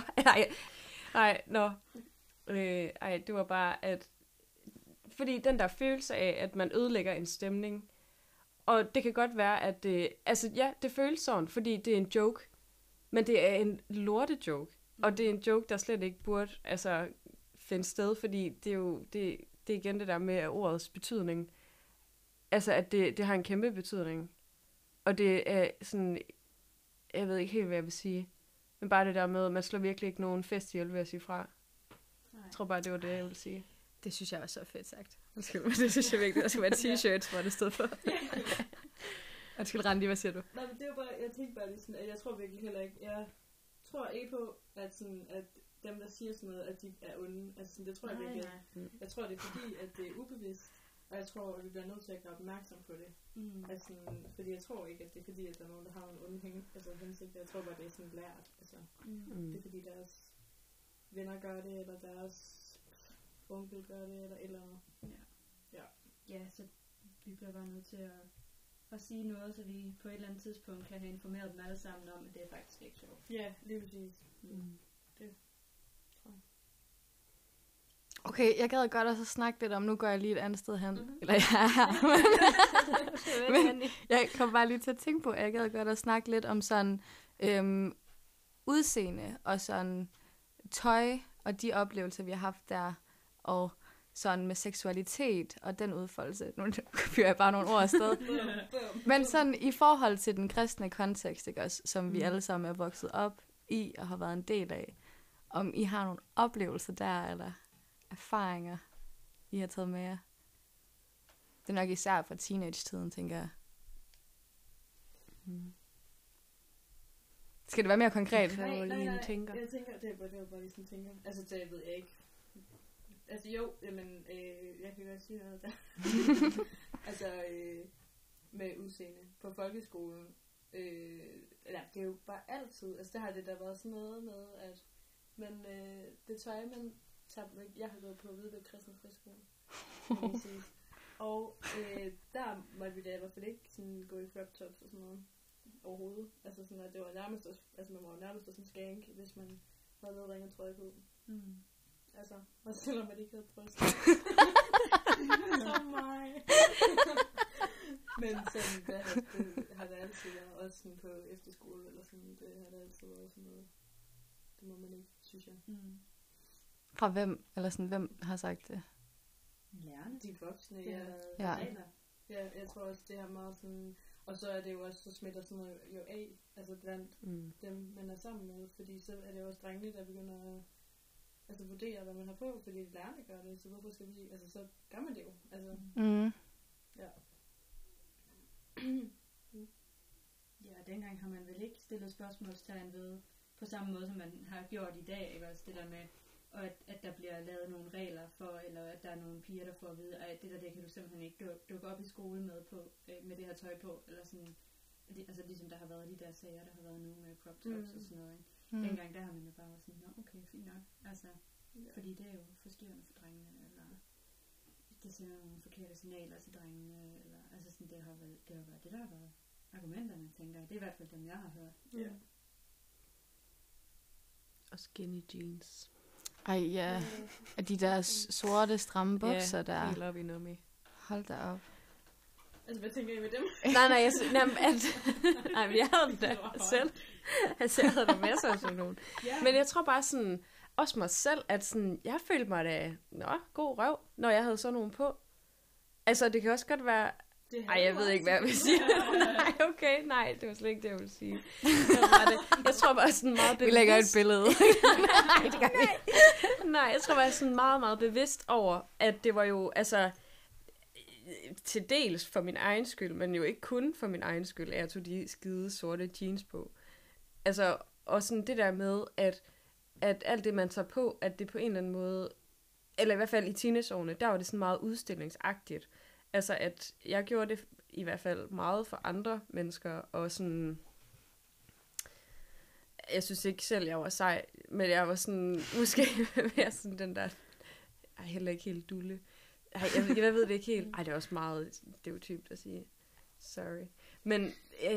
Det var bare, at... Fordi den der følelse af, at man ødelægger en stemning, og det kan godt være, at det... Altså ja, det føles sådan, fordi det er en joke, men det er en lorte joke. Og det er en joke, der slet ikke burde finde sted, fordi det er jo... Det er igen det der med ordets betydning. Altså, at det har en kæmpe betydning. Og det er sådan... Jeg ved ikke helt, hvad jeg vil sige. Men bare det der med, at man slår virkelig ikke nogen fest ihjel ved at sige fra. Nej. Jeg tror bare, det var det, jeg ville sige. Det synes jeg også er fedt sagt. Det synes jeg virkelig, der skal være t-shirts, hvor det stod for. Undskyld, Randi, hvad siger du? Nej, men det var bare... Jeg tænkte bare lige sådan, at jeg tror virkelig heller ikke... Jeg tror ikke på, at, sådan, at dem, der siger sådan noget, at de er onde. Altså, sådan, det tror jeg virkelig ikke. Jeg tror, det er fordi, at det er ubevidst. Og jeg tror, at vi bliver nødt til at gøre opmærksom på det. Altså, fordi jeg tror ikke, at det er fordi, at der er nogen, der har en onde hensigter. Jeg tror bare, det er sådan lært. Altså, det er fordi deres venner gør det, eller deres onkel gør det, eller et eller andet. Ja, så vi bliver bare nødt til at sige noget, så vi på et eller andet tidspunkt kan have informeret dem alle sammen om, at det er faktisk ikke sjovt. Ja, lige præcis. Okay, jeg gad godt også snakke lidt om, nu går jeg lige et andet sted hen. Eller jeg er her. Men jeg kom bare lige til at tænke på, at jeg gad godt at snakke lidt om sådan udseende og sådan tøj og de oplevelser, vi har haft der. Og sådan med seksualitet og den udfoldelse. Nu fyrer jeg bare nogle ord afsted. Men sådan i forhold til den kristne kontekst, ikke også, som vi alle sammen er vokset op i og har været en del af. Om I har nogle oplevelser der, eller erfaringer, I har taget med jer. Det er nok især fra teenage-tiden, tænker jeg. Skal det være mere konkret? Nej. Jeg tænker, det var bare lige sådan, tænker. Altså, det ved jeg ikke. Altså jo, jamen, jeg kan godt sige noget der. Altså, med udseende på folkeskolen. Eller, det er jo bare altid. Altså, det har det der været sådan noget med, at men det tøj, man tager, jeg har gået på Hvidebæk Kristne Friskole, kan man sige. Og der måtte vi da i hvert fald ikke sådan gå i crop tops og sådan noget overhovedet. Altså sådan, at det var nærmest også, altså man var nærmest også en skank, hvis man havde noget ringet trøje på. Altså, og selvom man ikke havde bryst. Som mig. Men sådan, det har det altid været, også sådan på efterskole, eller sådan, det har det altid været sådan noget. Det må man ikke, synes jeg. Fra hvem? Eller sådan, hvem har sagt det? Lærerne. De voksne, Ja. Ja, jeg tror også, det har meget sådan... Og så er det jo også, så smitter sådan noget jo af, altså blandt dem, man er sammen med. Fordi så er det jo også drengene, der begynder at vurdere, hvad man har på, fordi lærerne gør det. Så hvorfor skal vi... Altså, så gør man det jo. Altså, ja. Ja, dengang har man vel ikke stillet spørgsmålstegn ved, på samme måde, som man har gjort i dag, ikke også det der med, og at der bliver lavet nogle regler for, eller at der er nogle piger, der får at vide, at det kan du simpelthen ikke dukke op i skole med på, med det her tøj på, eller sådan, altså ligesom der har været de der sager, der har været nu med crop tops og sådan noget, ikke? Dengang der har man jo bare været sådan, nå okay, fint nok, altså, fordi det er jo forstyrrende for drengene, eller det sender nogle forkerte signaler til drengene, eller, altså sådan, det har været det, der har været argumenterne, tænker jeg, det er i hvert fald dem, jeg har hørt. Ja. Og skinny jeans. Ej, ja. Og de der sorte, stramme bukser der. Helt op i nummi. Hold da op. Altså, hvad tænker I med dem? Nej, jeg havde det da selv. Altså, jeg havde da masser af sådan nogle. Men jeg tror bare sådan, også mig selv, at sådan, jeg følte mig da, god røv, når jeg havde sådan nogle på. Altså, det kan også godt være... Ej, jeg ved ikke, hvad jeg vil sige. Nej, okay, nej, det var slet ikke det, jeg ville sige. Jeg tror bare sådan meget bevidst... Vi lægger et billede. Nej, det gør vi. Nej, jeg tror bare sådan meget, meget bevidst over, at det var jo, altså, til dels for min egen skyld, men jo ikke kun for min egen skyld, at jeg tog de skide sorte jeans på. Altså, og sådan det der med, at alt det, man tager på, at det på en eller anden måde, eller i hvert fald i teenageårene, der var det sådan meget udstillingsagtigt. Altså, at jeg gjorde det i hvert fald meget for andre mennesker, og sådan... Jeg synes ikke selv, jeg var sej, men jeg var sådan... Måske mere sådan den der... Ej, heller ikke helt dulle. Ej, jeg ved det ikke helt. Ej, det er også meget stereotypt at sige. Sorry. Men...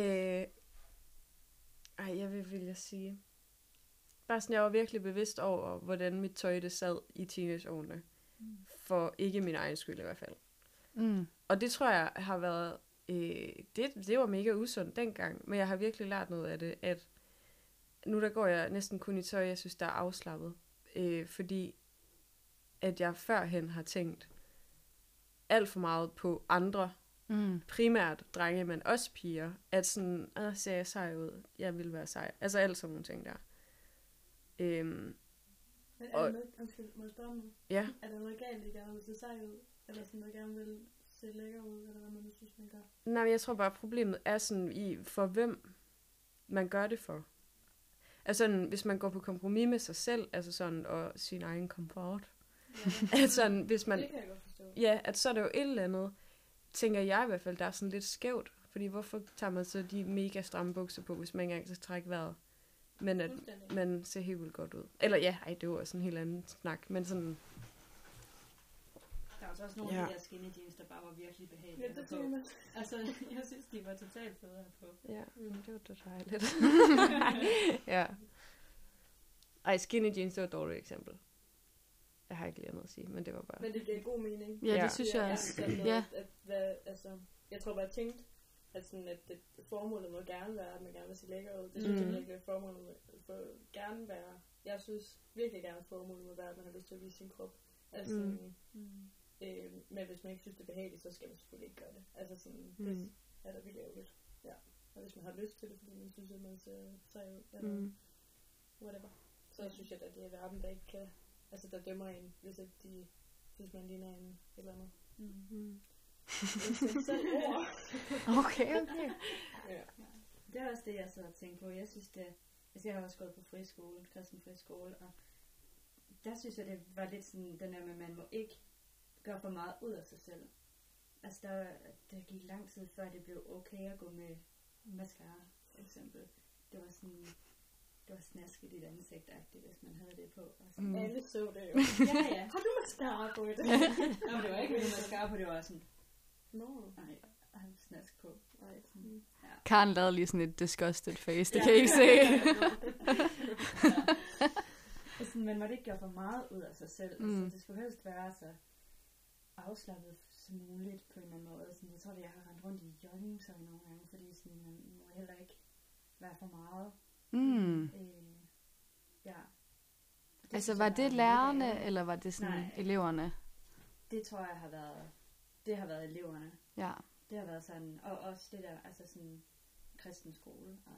jeg vil jeg sige... Bare sådan, jeg var virkelig bevidst over, hvordan mit tøj det sad i teenageårene. For ikke min egen skyld i hvert fald. Og det tror jeg har været, det var mega usundt dengang, men jeg har virkelig lært noget af det, at nu der går jeg næsten kun i tøj, jeg synes, der er afslappet, fordi at jeg førhen har tænkt alt for meget på andre, primært drenge, men også piger, at sådan, ser jeg sej ud, jeg vil være sej, altså alt sådan nogle ting der. Må jeg spørge mig? Ja. Er der noget galt, I gerne vil se sej ud? Eller sådan noget gerne vil se lækker ud? Eller hvad man nu synes, man gør? Nej, men jeg tror bare, problemet er sådan for hvem man gør det for. Altså sådan, hvis man går på kompromis med sig selv, altså sådan, og sin egen komfort. Ja. Altså sådan, hvis man... Det kan jeg godt forstå. forstå. Ja, at så er det jo et eller andet, tænker jeg i hvert fald, der er sådan lidt skævt. Fordi hvorfor tager man så de mega stramme bukser på, hvis man ikke engang skal trække vejret? Men at Fuldstændig. man ser helt vildt godt ud. Eller ja, det var også en helt anden snak, men sådan... Der er også nogle af de der skinny jeans, der bare var virkelig behagelige. Ja, det tænker man. Altså, jeg synes, de var totalt fede at have på. Ja, det var da dejligt. Ja. Ej, skinny jeans, det var et dårligt eksempel. Jeg har ikke lige noget at sige, men det var bare... Men det giver god mening. Ja, Ja. det synes jeg også. Sådan noget, Ja. altså, jeg tror bare, jeg tænkte, at, sådan, at det, formålet må gerne være, at man gerne vil se lækker ud. Det synes jeg virkelig, at formålet må gerne være. Jeg synes virkelig gerne, at formålet må være, at man har lyst til at vise sin krop. Altså, men hvis man ikke synes, det er behageligt, så skal man selvfølgelig ikke gøre det. Altså sådan, det er da virkelig ærgerligt. Ja. Og hvis man har lyst til det, fordi man synes, at man ser sej ud, eller whatever, så synes jeg, at det er verden, der ikke kan, altså der dømmer en, hvis at de synes, man ligner en eller andet. Okay. Ja. Det er også det, jeg sidder og tænker på. Jeg synes det, altså jeg har også gået på friskole, kristen friskole, og der synes jeg, det var lidt sådan, den der med, at man må ikke gøre for meget ud af sig selv. Altså der gik lang tid før det blev okay at gå med mascara, for eksempel. Det var sådan, det var snasket i et ansigt-agtigt, hvis man havde det på. Og sådan. Alle så det jo. Ja. Har du mascara på det? Nå, men det var ikke med mascara på, det var sådan, Nå. nej, jeg har snask på. Nej. Sådan, ja. Karen lavede lige sådan et disgusted face, det kan I ikke se. Sådan, man måtte ikke gøre for meget ud af sig selv. Altså, det skulle helst være så afslappet som muligt på en eller anden måde. Sådan, jeg tror, at jeg har rendt rundt i joggingtøj nogle gange, fordi sådan, man må heller ikke være for meget. Ja. Det Altså, synes var jeg det mega lærerne, ærgerligt. eller var det sådan Nej. eleverne? Det tror jeg har været eleverne. Ja. Det har været sådan, og også det der, altså sådan kristen skole. Og,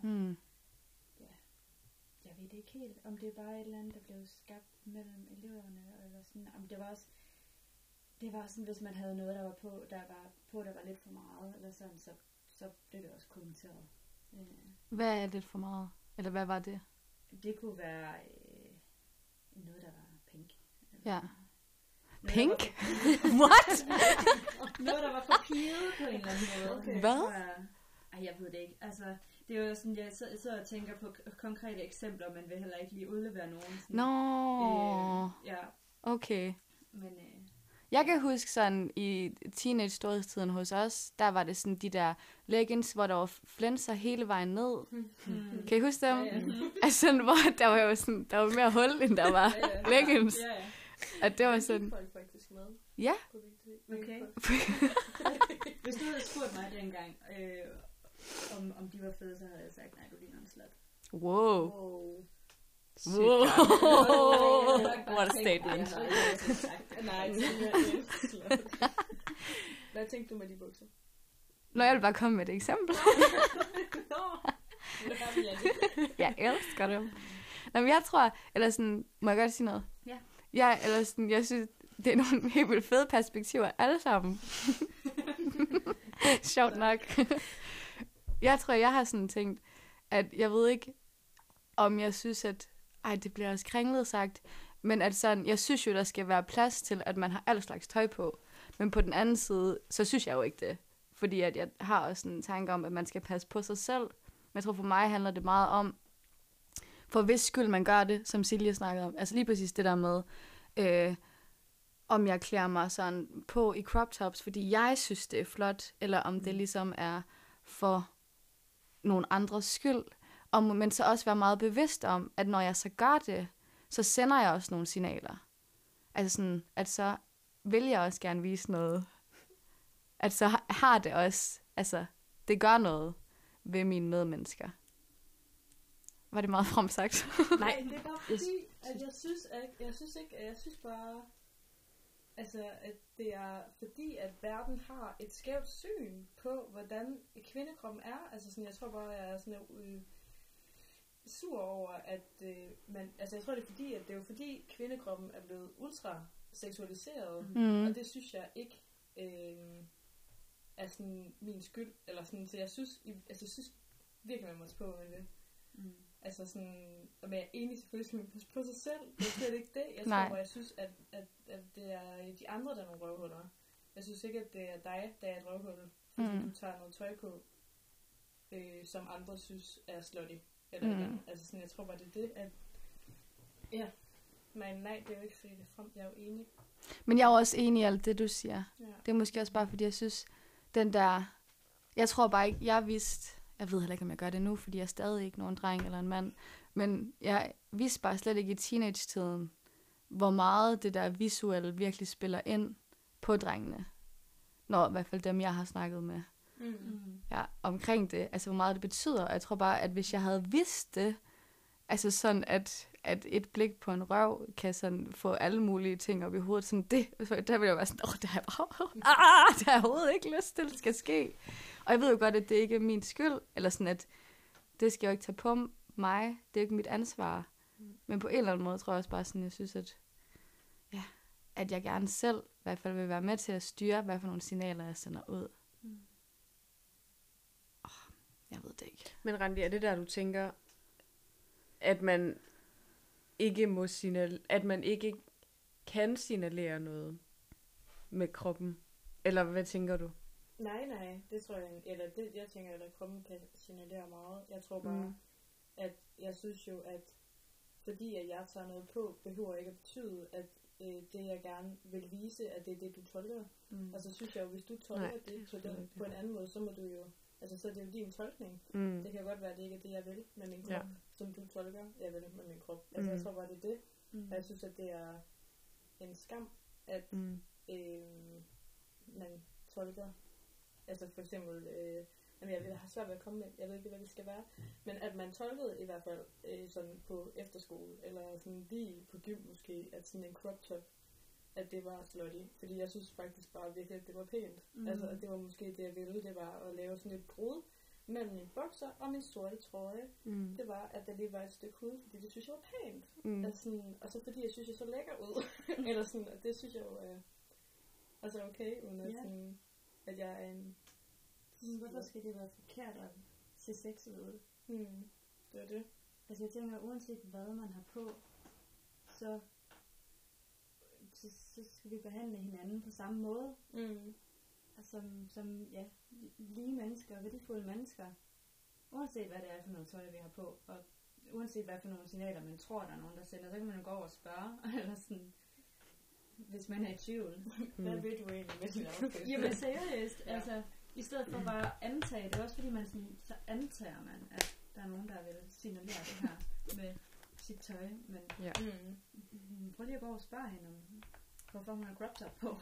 jeg ved ikke helt, om det er bare et eller andet, der blev skabt mellem eleverne, eller sådan, om det var sådan, hvis man havde noget, der var lidt for meget, eller sådan, så blev det også kommenteret. Hvad er det for meget? Eller hvad var det? Det kunne være noget, der var pink. Ja. Noget, Pink? der var What? noget, der var for piget på en eller anden måde. Okay. Hvad? Jeg ved det ikke. Altså, det er jo sådan, jeg sidder og tænker på konkrete eksempler, men vil heller ikke lige udlevere nogen. Sådan, Nå, ja, okay. men Jeg kan huske sådan i teenage-storhedstiden hos os, der var det sådan de der leggings, hvor der var flænser hele vejen ned. Kan I huske dem? Ja. Altså sådan, hvor der var jo sådan, der var mere hul, end der var leggings. Ja. Og det var Men sådan, gik folk faktisk med ja. på VT. okay. Hvis du havde spurgt mig dengang, om de var fede, så havde jeg sagt, nej, du ligner en slat. Wow. Wow. Wow. What What a statement. Nej, det er ikke slot. Hvad tænkte du med de bukser? Nå, jeg vil bare komme med et eksempel. Det har vi ikke. Jeg elsker dem. Nå, men jeg tror, eller sådan, må jeg godt sige noget? Ja. Eller sådan, jeg synes, det er nogle helt vildt fede perspektiver, alle sammen. Sjovt nok. Jeg tror, jeg har sådan tænkt, at jeg ved ikke, om jeg synes, at... Ej, det bliver også kringlet sagt. Men at sådan, jeg synes jo, der skal være plads til, at man har alle slags tøj på. Men på den anden side, så synes jeg jo ikke det. Fordi at jeg har også en tanke om, at man skal passe på sig selv. Men jeg tror, for mig handler det meget om, for hvis skyld man gør det, som Silje snakkede om. Altså lige præcis det der med, om jeg klæder mig sådan på i crop tops, fordi jeg synes, det er flot, eller om det ligesom er for nogle andres skyld. Og men så også være meget bevidst om, at når jeg så gør det, så sender jeg også nogle signaler. Altså sådan, at så vil jeg også gerne vise noget. At så har det også, altså det gør noget ved mine medmennesker. Var det meget fremsagt? Nej, det er bare fordi, at jeg synes bare, altså, at det er fordi, at verden har et skævt syn på, hvordan kvindekroppen er. Altså sådan, jeg tror bare, jeg er sådan sur over, at altså jeg tror, det er fordi, at det er jo fordi, kvindekroppen er blevet ultra seksualiseret, og det synes jeg ikke er sådan min skyld, eller sådan, så jeg synes virkelig, man må tage på med det. Altså sådan, og jeg er enig selvfølgelig, skal man passe på sig selv. Det er slet ikke det. Jeg Nej. tror, jeg synes, at det er de andre, der er nogle røvhuller. Jeg synes ikke, at det er dig, der er et røvhul, fordi du tager noget tøj på, som andre synes er slutty. Eller ikke. Altså sådan, jeg tror bare, det er det, at ja, men nej, det er jo ikke fordi det frem. Jeg er jo enig. Men jeg er jo også enig i alt det, du siger. Ja. Det er måske også bare, fordi jeg synes, den der... Jeg tror bare ikke, jeg vidste... Jeg ved heller ikke, om jeg gør det nu, fordi jeg er stadig ikke nogen dreng eller en mand. Men jeg vidste bare slet ikke i teenage-tiden, hvor meget det der visuelle virkelig spiller ind på drengene. Når i hvert fald dem, jeg har snakket med. Ja, omkring det. Altså, hvor meget det betyder. Og jeg tror bare, at hvis jeg havde vidst det, altså sådan, at et blik på en røv kan sådan få alle mulige ting op i hovedet. Sådan det, der vil jeg være sådan, det har jeg bare, det har jeg overhovedet ikke lyst til, det skal ske. Og jeg ved jo godt, at det ikke er min skyld, eller sådan, at det skal jo ikke tage på mig. Det er jo ikke mit ansvar. Men på en eller anden måde tror jeg også bare sådan, jeg synes, at jeg gerne selv i hvert fald vil være med til at styre, hvad for nogle signaler jeg sender ud. Jeg ved det ikke. Men Randi, er det der, du tænker, at man ikke må at man ikke kan signalere noget med kroppen? Eller hvad tænker du? Nej, det tror jeg, eller det, jeg tænker, at kroppen kan signalere meget. Jeg tror bare, at jeg synes jo, at fordi at jeg tager noget på, behøver ikke at betyde, at det jeg gerne vil vise, at det er det, du tolker. Og så synes jeg jo, hvis du tolker det på en anden måde, så må du jo, altså så er det jo din tolkning. Det kan godt være, at det ikke er det, jeg vil med min krop, som du tolker, jeg vil med min krop. Altså jeg tror bare, det er det. Og jeg synes, at det er en skam, at man tolker. Altså for eksempel, jeg har svært ved at komme med, jeg ved ikke, hvad det skal være, men at man tolkede i hvert fald sådan på efterskole, eller sådan lige på gym måske, at sådan en crop top, at det var slutty. Fordi jeg synes faktisk bare virkelig, at det var pænt. Altså at det var måske det, jeg ville, det var at lave sådan et brud mellem min bukser og min sorte trøje. Det var, at der lige var et stykke hud, fordi det synes jeg var pænt. Altså sådan, og så fordi jeg synes, jeg så lækker ud. Eller sådan, og det synes jeg jo er altså okay, uden at sådan, at jeg er en... Hvorfor skal det være forkert at se sexet ud? Det er det. Altså jeg tænker, uanset hvad man har på, så skal vi behandle hinanden på samme måde. Altså, som lige mennesker, værdifulde mennesker. Uanset hvad det er for noget tøj, vi har på, og uanset hvad for nogle signaler man tror, der er nogen, der sender, så kan man jo gå over og spørge, eller sådan, hvis man er i tvivl. Hvad vil du egentlig med din outfit? Jamen seriøst, altså, i stedet for bare at antage, det er også fordi man sådan, så antager man, at der er nogen, der vil signalere det her med sit tøj, men prøv lige at gå over og spørge hende om, hvorfor hun har crop top på.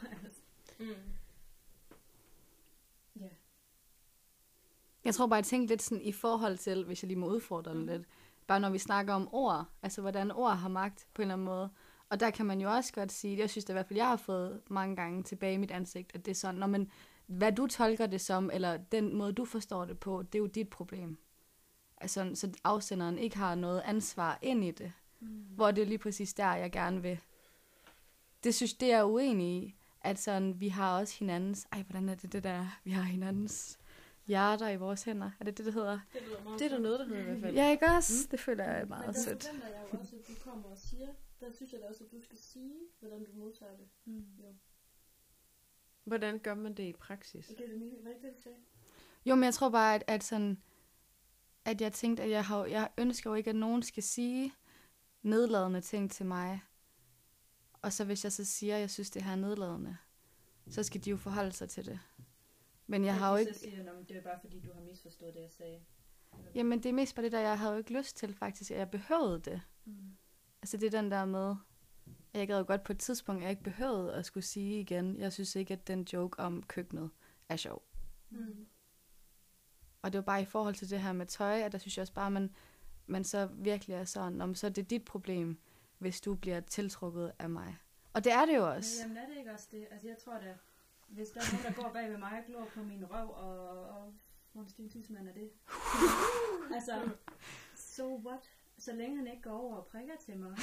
Ja. Jeg tror bare, jeg tænkte lidt sådan i forhold til, hvis jeg lige må udfordre den lidt, bare når vi snakker om ord, altså hvordan ord har magt på en eller anden måde. Og der kan man jo også godt sige, jeg synes det i hvert fald, jeg har fået mange gange tilbage i mit ansigt, at det er sådan, når man, hvad du tolker det som, eller den måde du forstår det på, det er jo dit problem. Altså, så afsenderen ikke har noget ansvar ind i det. Hvor det er lige præcis der, jeg gerne vil. Det synes det er jeg uenig i, at sådan, vi har også hinandens, hvordan er det der, vi har hinandens hjerter i vores hænder. Er det det hedder? Det er der noget, der hedder i hvert fald. Ja, ikke også? Det føler jeg er meget sødt. Men der forventer jeg jo også, at du kommer og siger, der synes jeg da også, at du skal sige, hvordan du modtager det. Jo. Hvordan gør man det i praksis? Okay, det er ikke det, du sagde. Jo, men jeg tror bare, at sådan, at jeg tænkte, at jeg ønsker jo ikke, at nogen skal sige nedladende ting til mig. Og så hvis jeg så siger, at jeg synes, det her er nedladende, så skal de jo forholde sig til det. Men jeg har jo ikke... Så siger du, det er bare fordi, du har misforstået det, jeg sagde. Jamen, det er mest bare det der, jeg havde jo ikke lyst til faktisk, at jeg behøvede det. Altså, det er den der med... Jeg gad jo godt på et tidspunkt, jeg ikke behøvede at skulle sige igen, jeg synes ikke, at den joke om køkkenet er sjov. Og det var bare i forhold til det her med tøj, at der synes jeg også bare, man så virkelig er sådan, så er det dit problem, hvis du bliver tiltrukket af mig. Og det er det jo også. Jamen er det ikke også det? Altså jeg tror da, hvis der er nogen, der går bag ved mig og glor på min røv, og hvor en stil tidsmand er det? Altså, so what? Så længe han ikke går over og prikker til mig.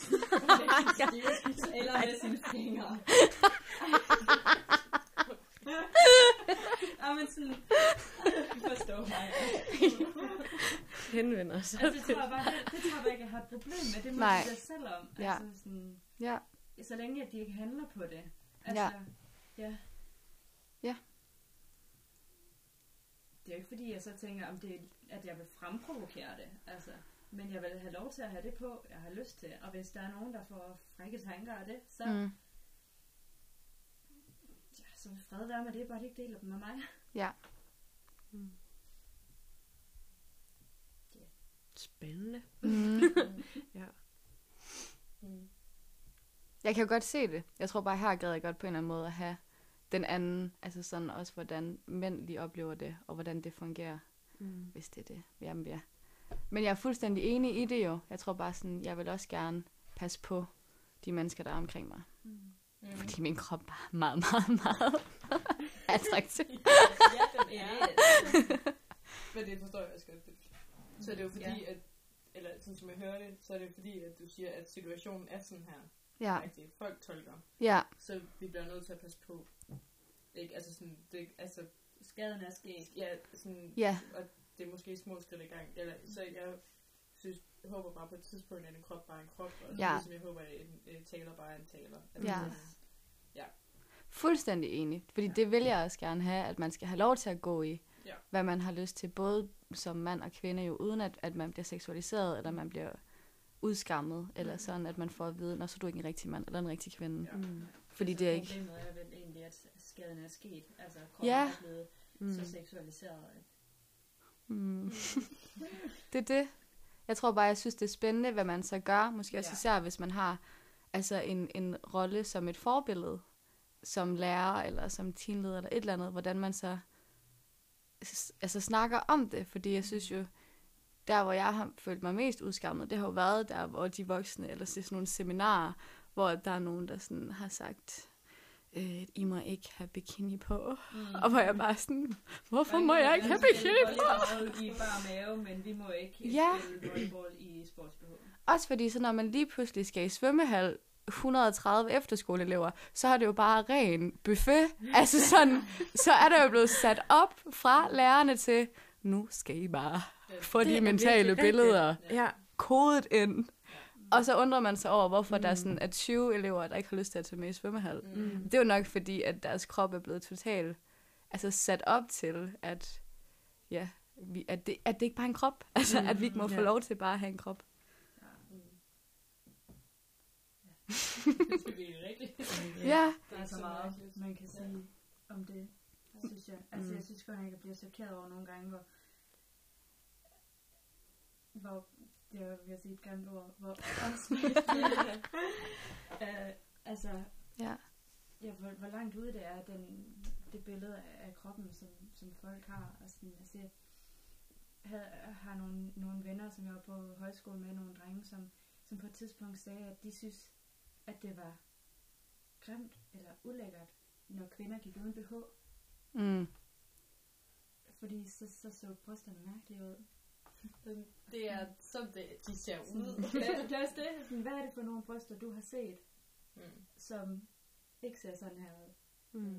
Eller med sine fingre. Men sådan, forstår mig. henvender sig. Altså, det tror jeg bare ikke, jeg har et problem med. Det må Nej. de da selv om. Ja. Altså, sådan, Ja. så længe at de ikke handler på det. Altså, Ja. ja. Ja. Det er jo ikke fordi, jeg så tænker, om det, at jeg vil fremprovokere det. Altså, men jeg vil have lov til at have det på, jeg har lyst til. Og hvis der er nogen, der får frække tanker af det, så, ja, så vil fred være med det, bare de ikke deler dem med mig. Ja. Spændende. Ja. Jeg kan jo godt se det. Jeg tror bare, her gad jeg godt på en eller anden måde at have den anden, altså sådan også, hvordan mænd lige oplever det, og hvordan det fungerer, hvis det er det. Jamen, ja. Men jeg er fuldstændig enig i det jo. Jeg tror bare sådan, jeg vil også gerne passe på de mennesker, der er omkring mig. Fordi min krop bare er meget, meget, meget attraktiv. Ja, den er. Men det forstår jeg også godt. Så det er jo fordi, at, eller sådan som jeg hører det, så er det fordi, at du siger, at situationen er sådan her. Ja. Rigtig. Folk tolker. Ja. Så vi bliver nødt til at passe på. Ikke? Altså sådan, det, altså, Skaden er sket. ja, sådan, Ja. og det er måske små skridt i gang. Eller, så jeg håber bare på et tidspunkt, at en krop bare er en krop, og Ja. ligesom jeg håber, at en taler bare er en taler. Altså, Ja. Ja. Fuldstændig enig. Fordi det vil jeg også gerne have, at man skal have lov til at gå i, Ja. hvad man har lyst til, både som mand og kvinde, jo uden at man bliver seksualiseret, eller man bliver udskammet, eller sådan, at man får at vide, når så er du ikke en rigtig mand, eller en rigtig kvinde. Ja. Fordi det er ikke... Problemet er vel egentlig, at skaden er sket. Altså, kroppen Ja. er blevet så seksualiseret. At Det er det. Jeg tror bare, jeg synes, det er spændende, hvad man så gør. Måske også Ja. især, hvis man har altså en rolle som et forbillede, som lærer, eller som teamleder, eller et eller andet, hvordan man så altså snakker om det. Fordi jeg synes jo, der hvor jeg har følt mig mest udskammet, det har jo været der, hvor de voksne, eller sådan nogle seminarer, hvor der er nogen, der sådan har sagt, I må ikke have bikini på. Og hvor jeg bare sådan, hvorfor må jeg ikke have bikini på? I bare mave, men vi må ikke Ja. spille volleyball i sports-BH. Også fordi, så når man lige pludselig skal i svømmehal, 130 efterskoleelever, så er det jo bare ren buffet. Altså sådan, så er der jo blevet sat op fra lærerne til, nu skal I bare få de er mentale virkelig billeder Ja. kodet ind. Og så undrer man sig over, hvorfor der er sådan, at 20 elever, der ikke har lyst til at tage med i svømmehal. Det er jo nok fordi, at deres krop er blevet totalt altså sat op til, at, ja, at det ikke bare er en krop. Altså, at vi ikke må få lov til bare at have en krop. Det er virkelig rigtigt. Ja. Der er så meget, man kan sige om det, synes jeg. Altså, jeg synes godt nok, at jeg bliver chokeret over nogle gange, hvor jeg vil sige et grimt ord, hvor altså, Ja. hvor langt ude det er, det billede af kroppen, som folk har. Og sådan, altså, jeg har nogle venner, som jeg var på højskole med, nogle drenge, som på et tidspunkt sagde, at de synes, at det var grimt eller ulækkert, når kvinder gik uden BH. Fordi så brysterne mærkeligt ud. Det er som de ser ud. Det er også det. Sådan, hvad er det for nogle bryster, du har set, som ikke ser sådan her ud?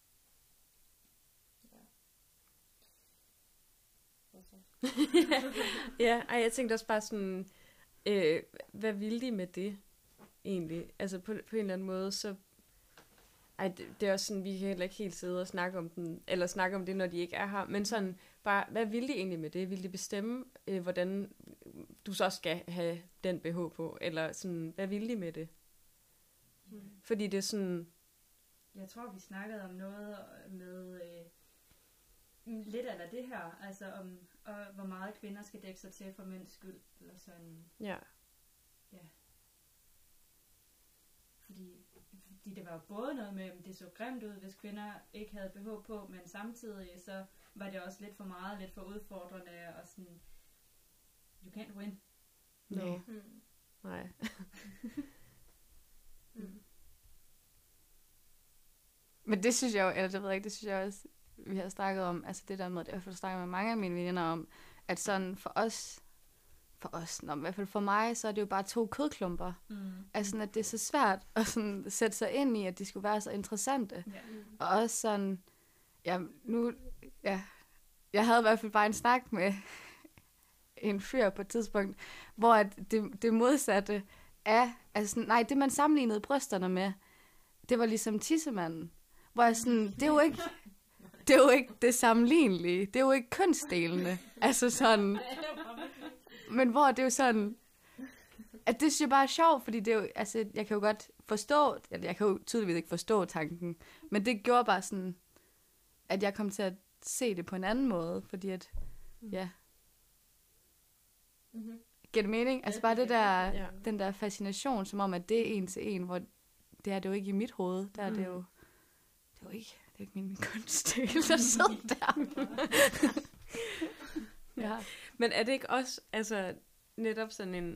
Ja, jeg tænkte også bare sådan, hvad ville de med det egentlig? Altså på en eller anden måde, så... det er også sådan, vi kan heller ikke helt sidde og snakke om den, eller snakke om det, når de ikke er her, men sådan bare, hvad ville de egentlig med det? Ville de bestemme, hvordan du så skal have den BH på? Eller sådan, hvad ville de med det? Fordi det er sådan... Jeg tror, vi snakkede om noget med lidt af det her, altså om hvor meget kvinder skal dække sig til for mænds skyld, eller sådan. Ja. Fordi det var jo både noget med, at det så grimt ud, hvis kvinder ikke havde BH på, men samtidig så var det også lidt for meget, lidt for udfordrende, og sådan, you can't win. No. Nej. Men det synes jeg jo, eller det ved jeg ikke, det synes jeg også, vi har snakket om, altså det der med, det har jeg snakket med mange af mine veninder om, at sådan for os, i hvert fald for mig, så er det jo bare 2 kødklumper. Altså sådan, at det er så svært at sådan sætte sig ind i, at de skulle være så interessante. Og også sådan, jeg havde i hvert fald bare en snak med en fyr på et tidspunkt, hvor at det modsatte af, altså nej, det man sammenlignede brysterne med, det var ligesom tissemanden. Hvor jeg sådan, det er jo ikke det sammenlignelige, det er jo ikke kønsdelene. Altså sådan, men hvor det er jo sådan, at det synes jeg bare er sjovt, fordi det er jo, altså jeg kan jo godt forstå, eller jeg kan jo tydeligvis ikke forstå tanken, men det gjorde bare sådan, at jeg kom til at se det på en anden måde, fordi at, ja. Giver det mening? Altså bare det der, den der fascination, som om, at det er en til en, hvor det er det jo ikke i mit hoved, der er det jo, det er ikke min kunststil, der sidder der. Ja. Men er det ikke også, altså netop sådan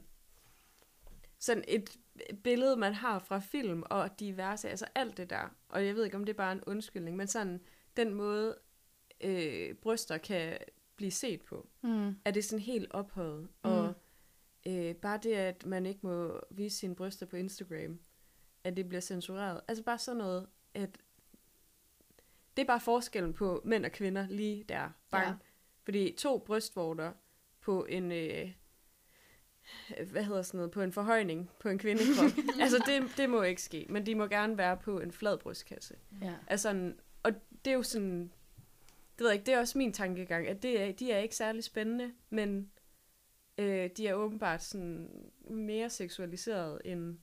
et billede, man har fra film og diverse, altså alt det der, og jeg ved ikke, om det er bare en undskyldning, men sådan den måde, bryster kan blive set på, er det sådan helt ophøjet, og bare det, at man ikke må vise sine bryster på Instagram, at det bliver censureret, altså bare sådan noget, at det er bare forskellen på mænd og kvinder lige der, bang. Ja. Fordi 2 brystvorter på en, på en forhøjning på en kvindekrop, altså det må ikke ske, men de må gerne være på en flad brystkasse. Ja. Altså, og det er jo sådan, det ved jeg ikke, det er også min tankegang, at de er ikke særlig spændende, men de er åbenbart sådan mere seksualiseret end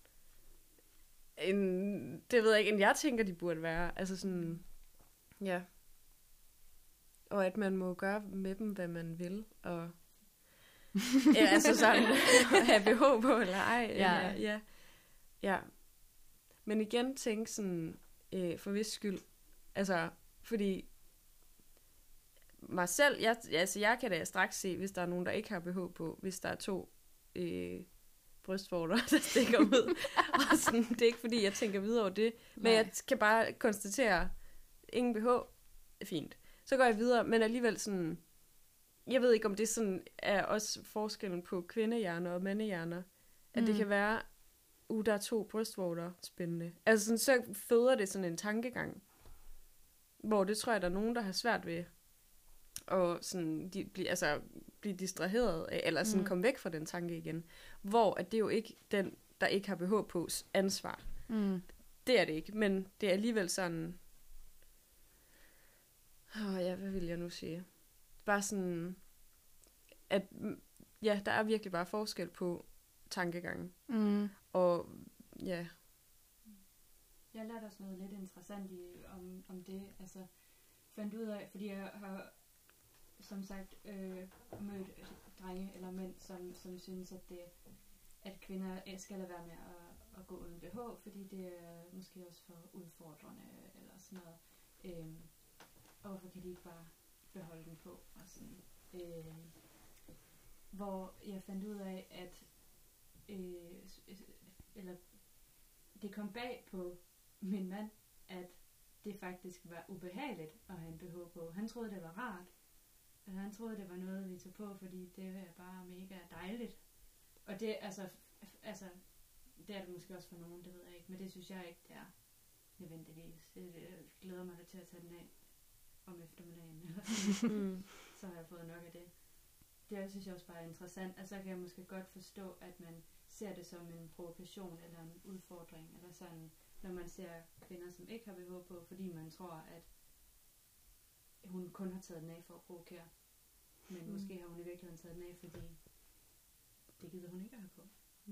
det ved jeg ikke, end jeg tænker, de burde være. Altså sådan, ja. Og at man må gøre med dem, hvad man vil, og ja, altså sådan, have behov på, eller ej. Ja. Ja. Men igen, tænk sådan, for vis skyld, altså, fordi mig selv, jeg kan da straks se, hvis der er nogen, der ikke har behov på, hvis der er 2 brystvorter, der stikker ud. Og sådan, det er ikke fordi, jeg tænker videre over det, men jeg kan bare konstatere, ingen BH, fint. Så går jeg videre, men alligevel sådan, jeg ved ikke, om det sådan er også forskellen på kvindehjerner og mandehjerner, at det kan være, der er 2 brystvorter, spændende. Altså sådan, så føder det sådan en tankegang, hvor det tror jeg, der er nogen, der har svært ved, og sådan, blive distraheret, eller sådan komme væk fra den tanke igen. Hvor at det er jo ikke den, der ikke har behov på ansvar. Det er det ikke, men det er alligevel sådan, hvad vil jeg nu sige? Bare sådan, at ja, der er virkelig bare forskel på tankegangen. Og ja. Jeg lærte også noget lidt interessant om det, altså fandt ud af, fordi jeg har som sagt mødt drenge eller mænd, som synes, at kvinder skal lade være med at gå uden BH, fordi det er måske også for udfordrende eller sådan noget. Og hvorfor kan de ikke bare beholde den på? Og sådan, hvor jeg fandt ud af, at eller det kom bag på min mand, at det faktisk var ubehageligt at have en BH på. Han troede, det var rart. Altså, han troede, det var noget, vi tog på, fordi det er bare mega dejligt. Og det, altså, det er det måske også for nogen, det ved jeg ikke, men det synes jeg ikke, det er nødvendigvis. Jeg glæder mig da til at tage den af om eftermiddagen, eller sådan. Så har jeg fået nok af det. Det synes jeg også bare er interessant, og så kan jeg måske godt forstå, at man ser det som en provokation eller en udfordring, eller sådan, når man ser kvinder, som ikke har BH på, fordi man tror, at hun kun har taget den af for at provokere. Men måske har hun i virkeligheden taget den af, fordi det gider hun ikke at have på.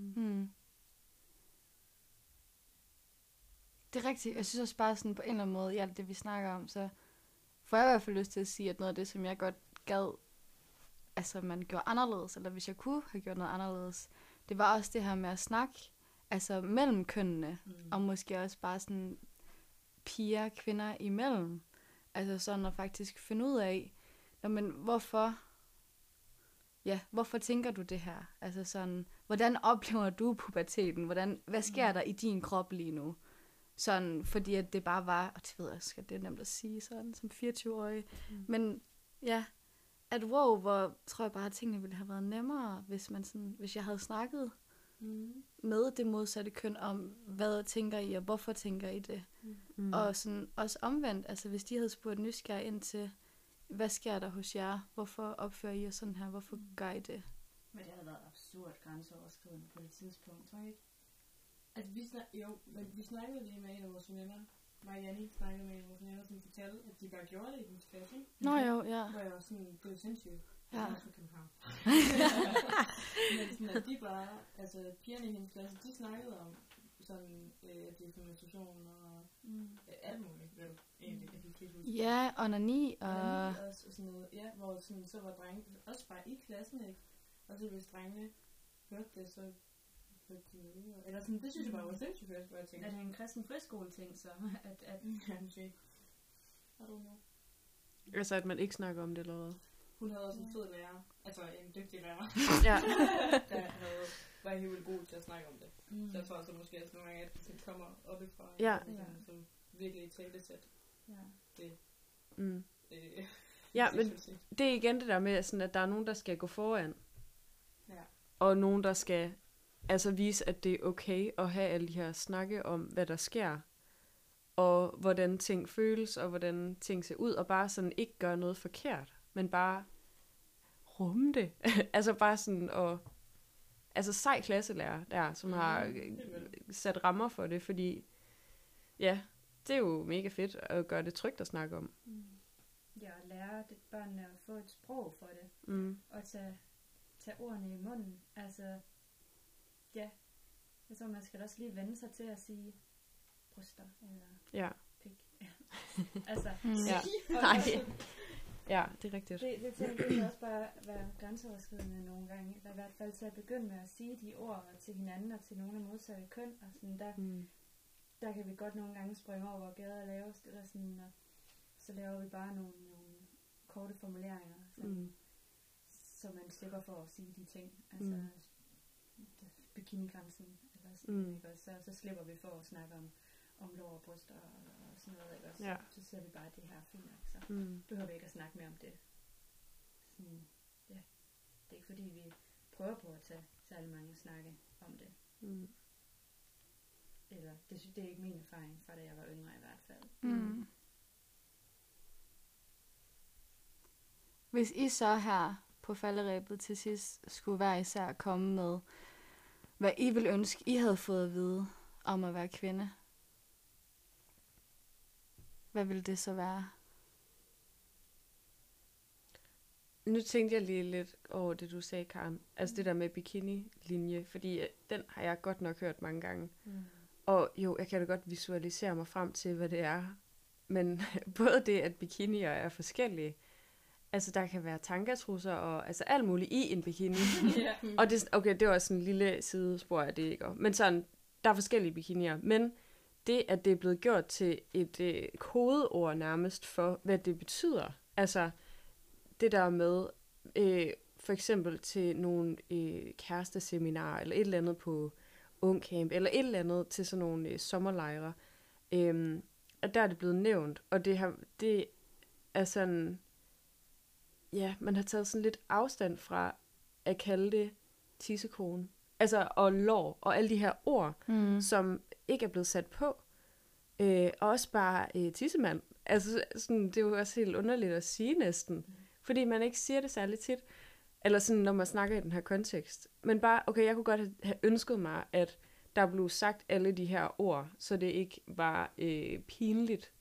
Det er rigtigt. Jeg synes også bare sådan på en eller anden måde, i alt det vi snakker om, så får jeg i hvert fald lyst til at sige, at noget af det, som jeg godt gad, altså man gjorde anderledes, eller hvis jeg kunne have gjort noget anderledes, det var også det her med at snakke, altså mellem kønnene, og måske også bare sådan piger, kvinder imellem. Altså sådan at faktisk finde ud af, men hvorfor tænker du det her? Altså sådan, hvordan oplever du puberteten? Hvad sker der i din krop lige nu? Sådan, fordi at det bare var, og det ved jeg, skal det er nemt at sige sådan, som 24-årig. Men ja, at hvor tror jeg bare, at tingene ville have været nemmere, hvis jeg havde snakket med det modsatte køn om, hvad tænker I, og hvorfor tænker I det? Og sådan også omvendt, altså hvis de havde spurgt nysgerrig ind til, Hvad sker der hos jer? Hvorfor opfører I jer sådan her? Hvorfor gør I det? Men det havde været absurd grænseoverskridende på det tidspunkt, tror jeg ikke? Altså, vi snakkede lige med en af vores veninder. Marianne snakkede med en af vores veninder, som fortalte, at de bare gjorde det i hendes klasse. Ikke? Nå jo, ja. Hvor jeg var sådan, det er jo sindssygt. Ja. Jeg er også fra København. Men sådan, at de bare, altså pigerne i hendes klasse, de snakkede om sådan defamation og alt muligt, vel, egentlig. Jeg kan ikke helt huske. Ja, onani og... Også, og sådan noget, ja, hvor sådan, så var drenge, også bare i klassen, ikke? Og så hvis drengene hørte det, så hørte de noget videre. Eller sådan, det synes jeg bare var sindssygt først, hvor jeg tænkte. Er det en kristen friskole-ting, så? Ja, måske. I don't know. Altså, at man ikke snakker om det eller hvad? Hun havde også en fed lærer, altså en dygtig lærer, Ja. der var helt vildt god til at snakke om det. Så jeg tror også, at måske også nogle gange, at det kommer oppefra, Ja. som virkelig talesæt. Ja. Det, Mm. det, Ja, det, men det er igen det der med, sådan, at der er nogen, der skal gå foran. Ja. Og nogen, der skal altså vise, at det er okay at have alle de her snakke om, hvad der sker. Og hvordan ting føles, og hvordan ting ser ud. Og bare sådan ikke gøre noget forkert, men bare rumme det. Altså bare sådan, og altså sej klasselærer der, som har sat rammer for det, fordi ja, det er jo mega fedt at gøre det trygt at snakke om. Ja, at lære børnene at få et sprog for det. Og tage ordene i munden. Altså, ja. Jeg tror, man skal også lige vende sig til at sige bryster eller Ja. pik. Ja. Altså, Ja. og Nej. også, Ja, det er rigtigt. det kan også bare være grænseoverskridende nogle gange. Eller i hvert fald til at begynde med at sige de ord til hinanden og til nogle af modsatte køn. Og sådan, der kan vi godt nogle gange springe over, hvor gader laves. Eller sådan, og så laver vi bare nogle korte formuleringer, sådan, så man slipper for at sige de ting. Altså bikinigrænsen, eller sådan, ikke? Og så slipper vi for at snakke om lår og bryster og sådan noget, ikke? Og så, så siger vi bare, at det her er fint, ikke? Så behøver vi ikke at snakke mere om det. Sådan, ja. Det er ikke fordi, vi prøver på at tage særlig mange snakke om det. Eller, det er ikke min erfaring fra da jeg var yngre i hvert fald. Hvis I så her på falderebet til sidst skulle hver især komme med, hvad I ville ønske, I havde fået at vide om at være kvinde, hvad ville det så være? Nu tænkte jeg lige lidt over det, du sagde, Karen. Altså det der med bikini-linje, fordi den har jeg godt nok hørt mange gange. Og jo, jeg kan da godt visualisere mig frem til, hvad det er. Men både det, at bikinier er forskellige, altså der kan være tangatrusser og altså alt muligt i en bikini. Og det, okay, det var sådan en lille sidespor af det, ikke? Men sådan, der er forskellige bikinier. Men det, at det er blevet gjort til et kodeord nærmest for, hvad det betyder. Altså det der med for eksempel til nogle kæresteseminarer, eller et eller andet på ungcamp, eller et eller andet til sådan nogle sommerlejre. Og der er det blevet nævnt, og det er sådan, ja, man har taget sådan lidt afstand fra at kalde det tissekone. Altså, og lår, og alle de her ord, som ikke er blevet sat på. Og også bare tissemand. Altså, sådan, det er jo også helt underligt at sige næsten. Fordi man ikke siger det særlig tit. Eller sådan, når man snakker i den her kontekst. Men bare, okay, jeg kunne godt have ønsket mig, at der blev sagt alle de her ord, så det ikke var pinligt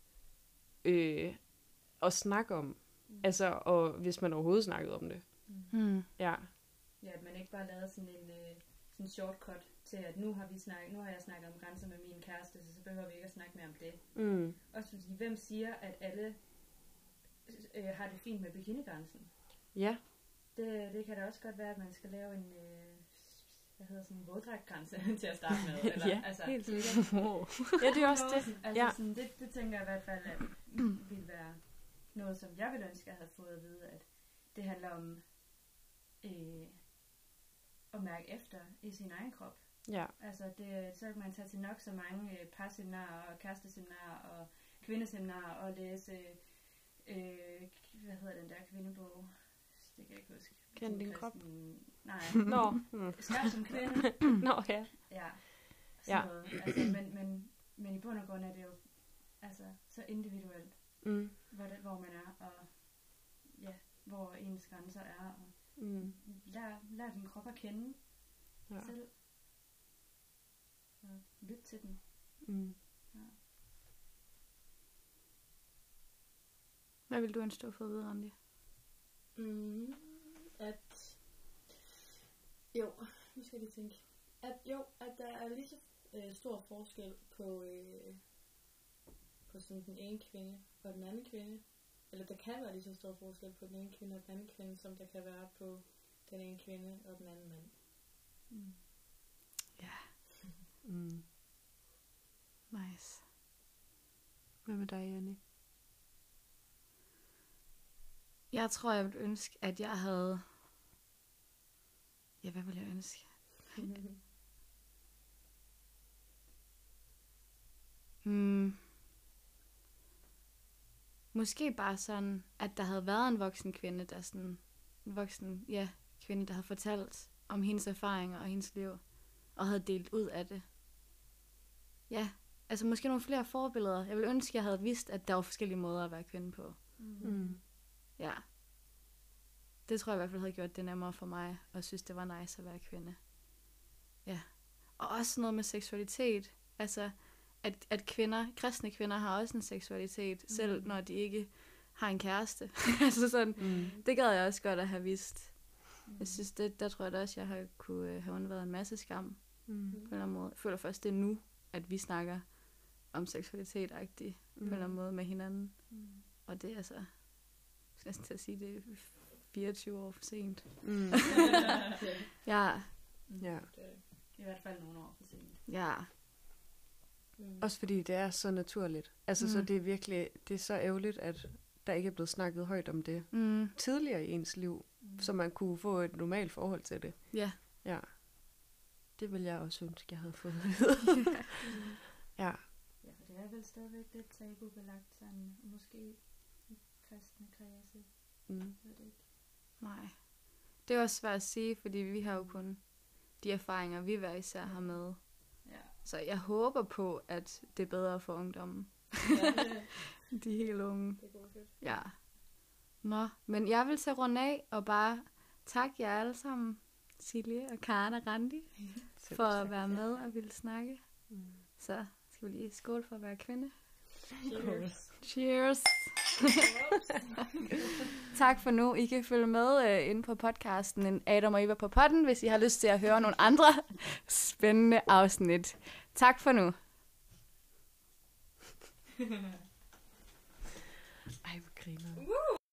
at snakke om. Altså, og hvis man overhovedet snakkede om det. Ja. Ja, at man ikke bare lavede sådan en shortcut til, at nu har jeg snakket om grænser med min kæreste, så behøver vi ikke at snakke mere om det. Også fordi, hvem siger, at alle har det fint med bikinigrænsen? Ja. Det kan da også godt være, at man skal lave en en våddragtgrænse til at starte med. Eller, Ja, altså, helt sikkert. Ja, det er også det. Altså, Ja. sådan, det tænker jeg i hvert fald, at ville være noget, som jeg ville ønske, at jeg havde fået at vide, at det handler om at mærke efter i sin egen krop. Ja. Altså, så kan man tage til nok så mange parseminarer og kæresteseminarer og kvindeseminarer og læse, hvad hedder den der kvindebog? Det kan jeg ikke huske. Kend din krop. Nej. Nå. Skabt som kvinde. Nå, ja. Ja. Ja. Noget. Altså, men i bund og grund er det jo altså, så individuelt, hvor man er, og hvor ens grænser er, og lær din krop at kende selv. Og lyt til den. Ja. Hvad vil du ønske, du har fået at vide, Randi? At jo, nu skal jeg tænke. At der er lige så stor forskel på sådan den ene kvinde og den anden kvinde. Eller der kan være lige så stor forskel på den ene kvinde og den anden kvinde, som der kan være på den ene kvinde og den anden mand. Ja. Nice. Hvad med dig, Janni? Jeg tror, jeg ville ønske, at jeg havde... Ja, hvad ville jeg ønske? Måske bare sådan, at der havde været en voksen kvinde, kvinde, der havde fortalt om hendes erfaringer og hendes liv, og havde delt ud af det. Ja, altså måske nogle flere forbilleder. Jeg ville ønske, at jeg havde vidst, at der var forskellige måder at være kvinde på. Ja. Det tror jeg i hvert fald havde gjort det nemmere for mig, og synes, det var nice at være kvinde. Ja. Og også noget med seksualitet. Altså, at kristne kvinder har også en seksualitet, selv når de ikke har en kæreste. Altså sådan, det gad jeg også godt at have vidst. Jeg synes, der tror jeg da også, jeg har kunne have undværet en masse skam. På en eller anden måde. Jeg føler først, det er nu, at vi snakker om seksualitet-agtigt på en eller anden måde med hinanden. Og det er altså, jeg skal næsten til at sige, det er 24 år for sent. Ja. I hvert fald nogle år for sent. Ja. Også fordi det er så naturligt. Altså, så det er virkelig, det er så ærgerligt, at der ikke er blevet snakket højt om det tidligere i ens liv, så man kunne få et normalt forhold til det. Ja. Ja. Det vil jeg også ønske, jeg havde fået. Ja. Ja, for det er vel stadigvæk lidt tabubelagt, sådan måske i kristne kredse. Det ikke. Nej. Det er også svært at sige, fordi vi har jo kun de erfaringer, vi hver især har med. Ja. Så jeg håber på, at det er bedre for ungdommen. De helt unge. Det går fedt. Ja. Nå, men jeg vil så runde af og bare takke jer alle sammen, Silje og Karen og Randi, for at være med og ville snakke. Så skal vi lige skåle for at være kvinde. Cheers. Cheers. Tak for nu. I kan følge med inde på podcasten Adam og Eva på podden, hvis I har lyst til at høre nogle andre spændende afsnit. Tak for nu. Ej, hvor griner.